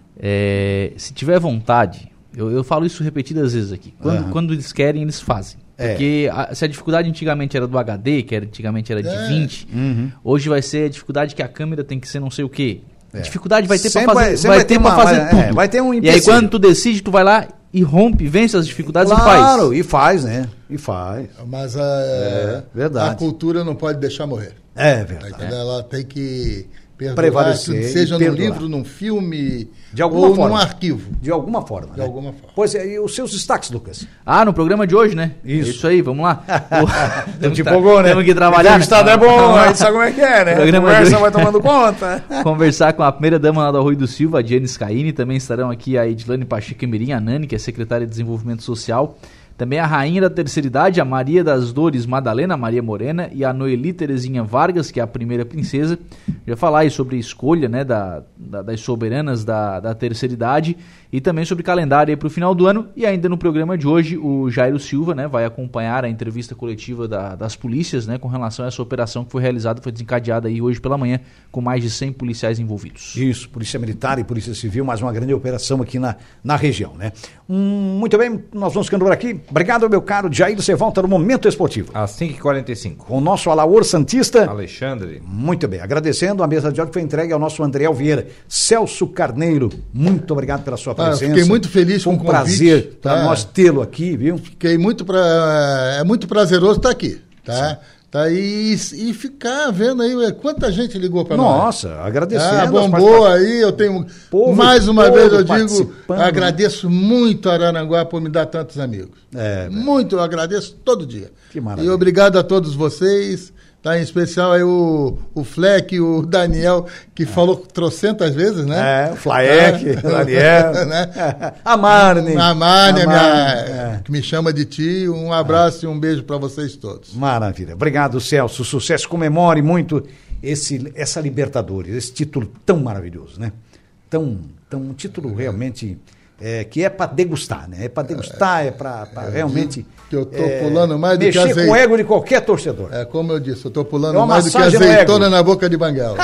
É, se tiver vontade... Eu, eu falo isso repetidas vezes aqui. Quando, uhum. quando eles querem, eles fazem. É. Porque a, se a dificuldade antigamente era do H D, que era, antigamente era de é. vinte, uhum. hoje vai ser a dificuldade que a câmera tem que ser não sei o quê. É. A dificuldade vai ter para fazer, vai, vai vai ter ter pra uma, fazer vai, tudo. É, vai ter um e aí quando tu decide, tu vai lá e rompe, vence as dificuldades claro, e faz. Claro, e faz, né? E faz. Mas a, é, verdade. a cultura não pode deixar morrer. É verdade. É. Ela tem que... prevalecer, seja num livro, num filme, de alguma ou forma. num arquivo. De alguma forma. De né? alguma forma. Pois é, e os seus destaques, Lucas? Ah, no programa de hoje, né? Isso. Isso aí, vamos lá. Temos, que, né? temos que trabalhar. O estado é bom, a gente sabe como é que é, né? A conversa vai tomando conta. Conversar com a primeira dama lá do Arroio do Silva, a Diane Scaini. Também estarão aqui a Edilane Pacheco Mirim, a Nani, que é secretária de Desenvolvimento Social. Também a rainha da terceira idade, a Maria das Dores Madalena, Maria Morena, e a Noeli Terezinha Vargas, que é a primeira princesa. Já falar aí sobre a escolha, né, da, da, das soberanas da, da terceira idade e também sobre calendário para o final do ano. E ainda no programa de hoje, o Jairo Silva, né, vai acompanhar a entrevista coletiva da, das polícias, né, com relação a essa operação que foi realizada, foi desencadeada aí hoje pela manhã, com mais de cem policiais envolvidos. Isso, Polícia Militar e Polícia Civil, mais uma grande operação aqui na, na região, né? Hum, muito bem, nós vamos ficando por aqui. Obrigado, meu caro Jair, você volta no Momento Esportivo. Às cinco e quarenta e cinco. Com o nosso Alaor Santista. Alexandre. Muito bem, agradecendo, a mesa de áudio foi entregue ao nosso Andriel Vieira. Celso Carneiro, muito obrigado pela sua presença. Ah, fiquei muito feliz foi com um o convite. prazer para tá? nós tê-lo aqui, viu? Fiquei muito pra... É muito prazeroso estar aqui, tá? Sim. Tá, e, e ficar vendo aí quanta gente ligou para nós. Nossa, agradecendo. Ah, bombou aí, eu tenho... Povo, mais uma vez eu digo, né? agradeço muito a Araranguá por me dar tantos amigos. É, muito, eu agradeço todo dia. Que maravilha. E obrigado a todos vocês, tá? Em especial aí o, o Fleck, o Daniel, que é. falou trocentas vezes, né? É, o Flaek, é. o Daniel. né? A Marne. A Marne, a minha, é. que me chama de tio. Um abraço é. e um beijo para vocês todos. Maravilha. Obrigado, Celso. Sucesso. Comemore muito esse, essa Libertadores, esse título tão maravilhoso, né? Tão, tão, um título realmente... É, que é para degustar, né? É para degustar, é, é para é, realmente... Que eu tô é, pulando mais do que azeitona. Mexer com o ego de qualquer torcedor. É, como eu disse, eu tô pulando é mais do que azeitona na boca de Banguela.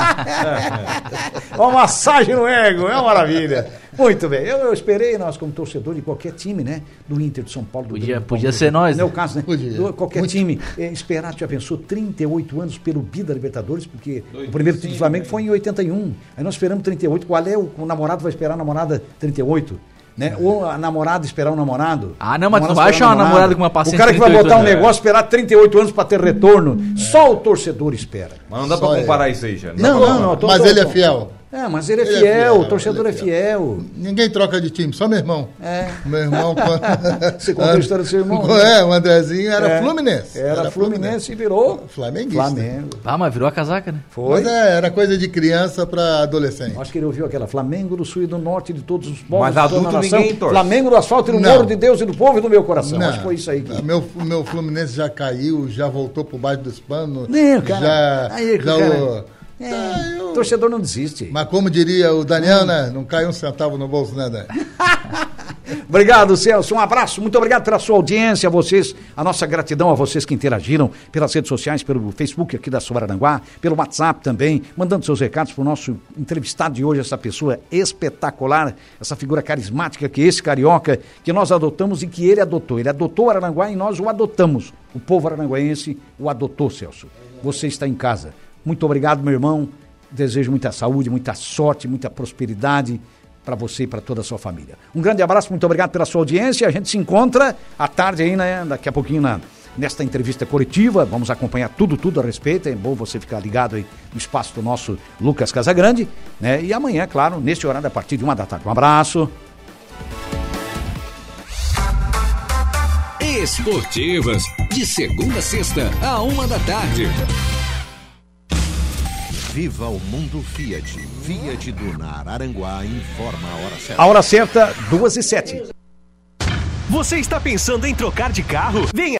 Uma massagem no ego, é uma maravilha. Muito bem, eu, eu esperei, nós como torcedor de qualquer time, né? Do Inter, de São Paulo. Do podia Grêmio, podia Paulo, ser nós, né? No meu caso, né? Podia. Do, qualquer Muito. time, é, esperar, já pensou, trinta e oito anos pelo Bi da Libertadores, porque Dois, o primeiro título do Flamengo né? foi em oitenta e um. Aí nós esperamos trinta e oito, qual é o, o namorado vai esperar a namorada trinta e oito? Né? Ou a namorada esperar o namorado. Ah, não, mas tu não vai achar uma namorada com uma paciência. O cara que vai botar um negócio, esperar trinta e oito anos para ter retorno, é. Só o torcedor espera. Mas não dá para comparar isso aí, já. Não, não, não. Tô, mas tô, ele tô, é fiel. É, mas ele é ele fiel, é fiel, o torcedor é fiel. é fiel. Ninguém troca de time, só meu irmão. É. Meu irmão... Você contou a história do seu irmão? É, o Andrezinho era é. Fluminense. Era, era Fluminense, Fluminense e virou... Flamenguista. Flamengo. Ah, mas virou a casaca, né? Foi. Mas é, era coisa de criança para adolescente. Acho que ele ouviu aquela Flamengo do Sul e do Norte de todos os povos. Mas adulto ninguém torce. Flamengo do asfalto e do Moro de Deus e do povo e do meu coração. Não. Acho que foi isso aí. Que... Meu, meu Fluminense já caiu, já voltou por baixo dos panos. Não, cara. Já... Aí, já cara. O... É, ah, eu... torcedor não desiste. Mas como diria o Daniel, hum. né? Não cai um centavo no bolso, né, Daniel? Obrigado, Celso. Um abraço. Muito obrigado pela sua audiência, a vocês. A nossa gratidão a vocês que interagiram pelas redes sociais, pelo Facebook aqui da Sua Araranguá, pelo WhatsApp também, mandando seus recados para o nosso entrevistado de hoje, essa pessoa espetacular, essa figura carismática que é esse carioca, que nós adotamos e que ele adotou. Ele adotou o Araranguá e nós o adotamos. O povo araranguaense o adotou, Celso. Você está em casa. Muito obrigado, meu irmão. Desejo muita saúde, muita sorte, muita prosperidade para você e para toda a sua família. Um grande abraço, muito obrigado pela sua audiência. A gente se encontra à tarde aí, né? Daqui a pouquinho na, nesta entrevista coletiva. Vamos acompanhar tudo, tudo a respeito. É bom você ficar ligado aí no espaço do nosso Lucas Casagrande, né? E amanhã, claro, neste horário, a partir de uma da tarde. Um abraço. Esportivas, de segunda a sexta, a uma da tarde. Viva o Mundo Fiat. Fiat do Araranguá informa a hora certa. A hora certa, duas e sete. Você está pensando em trocar de carro? Venha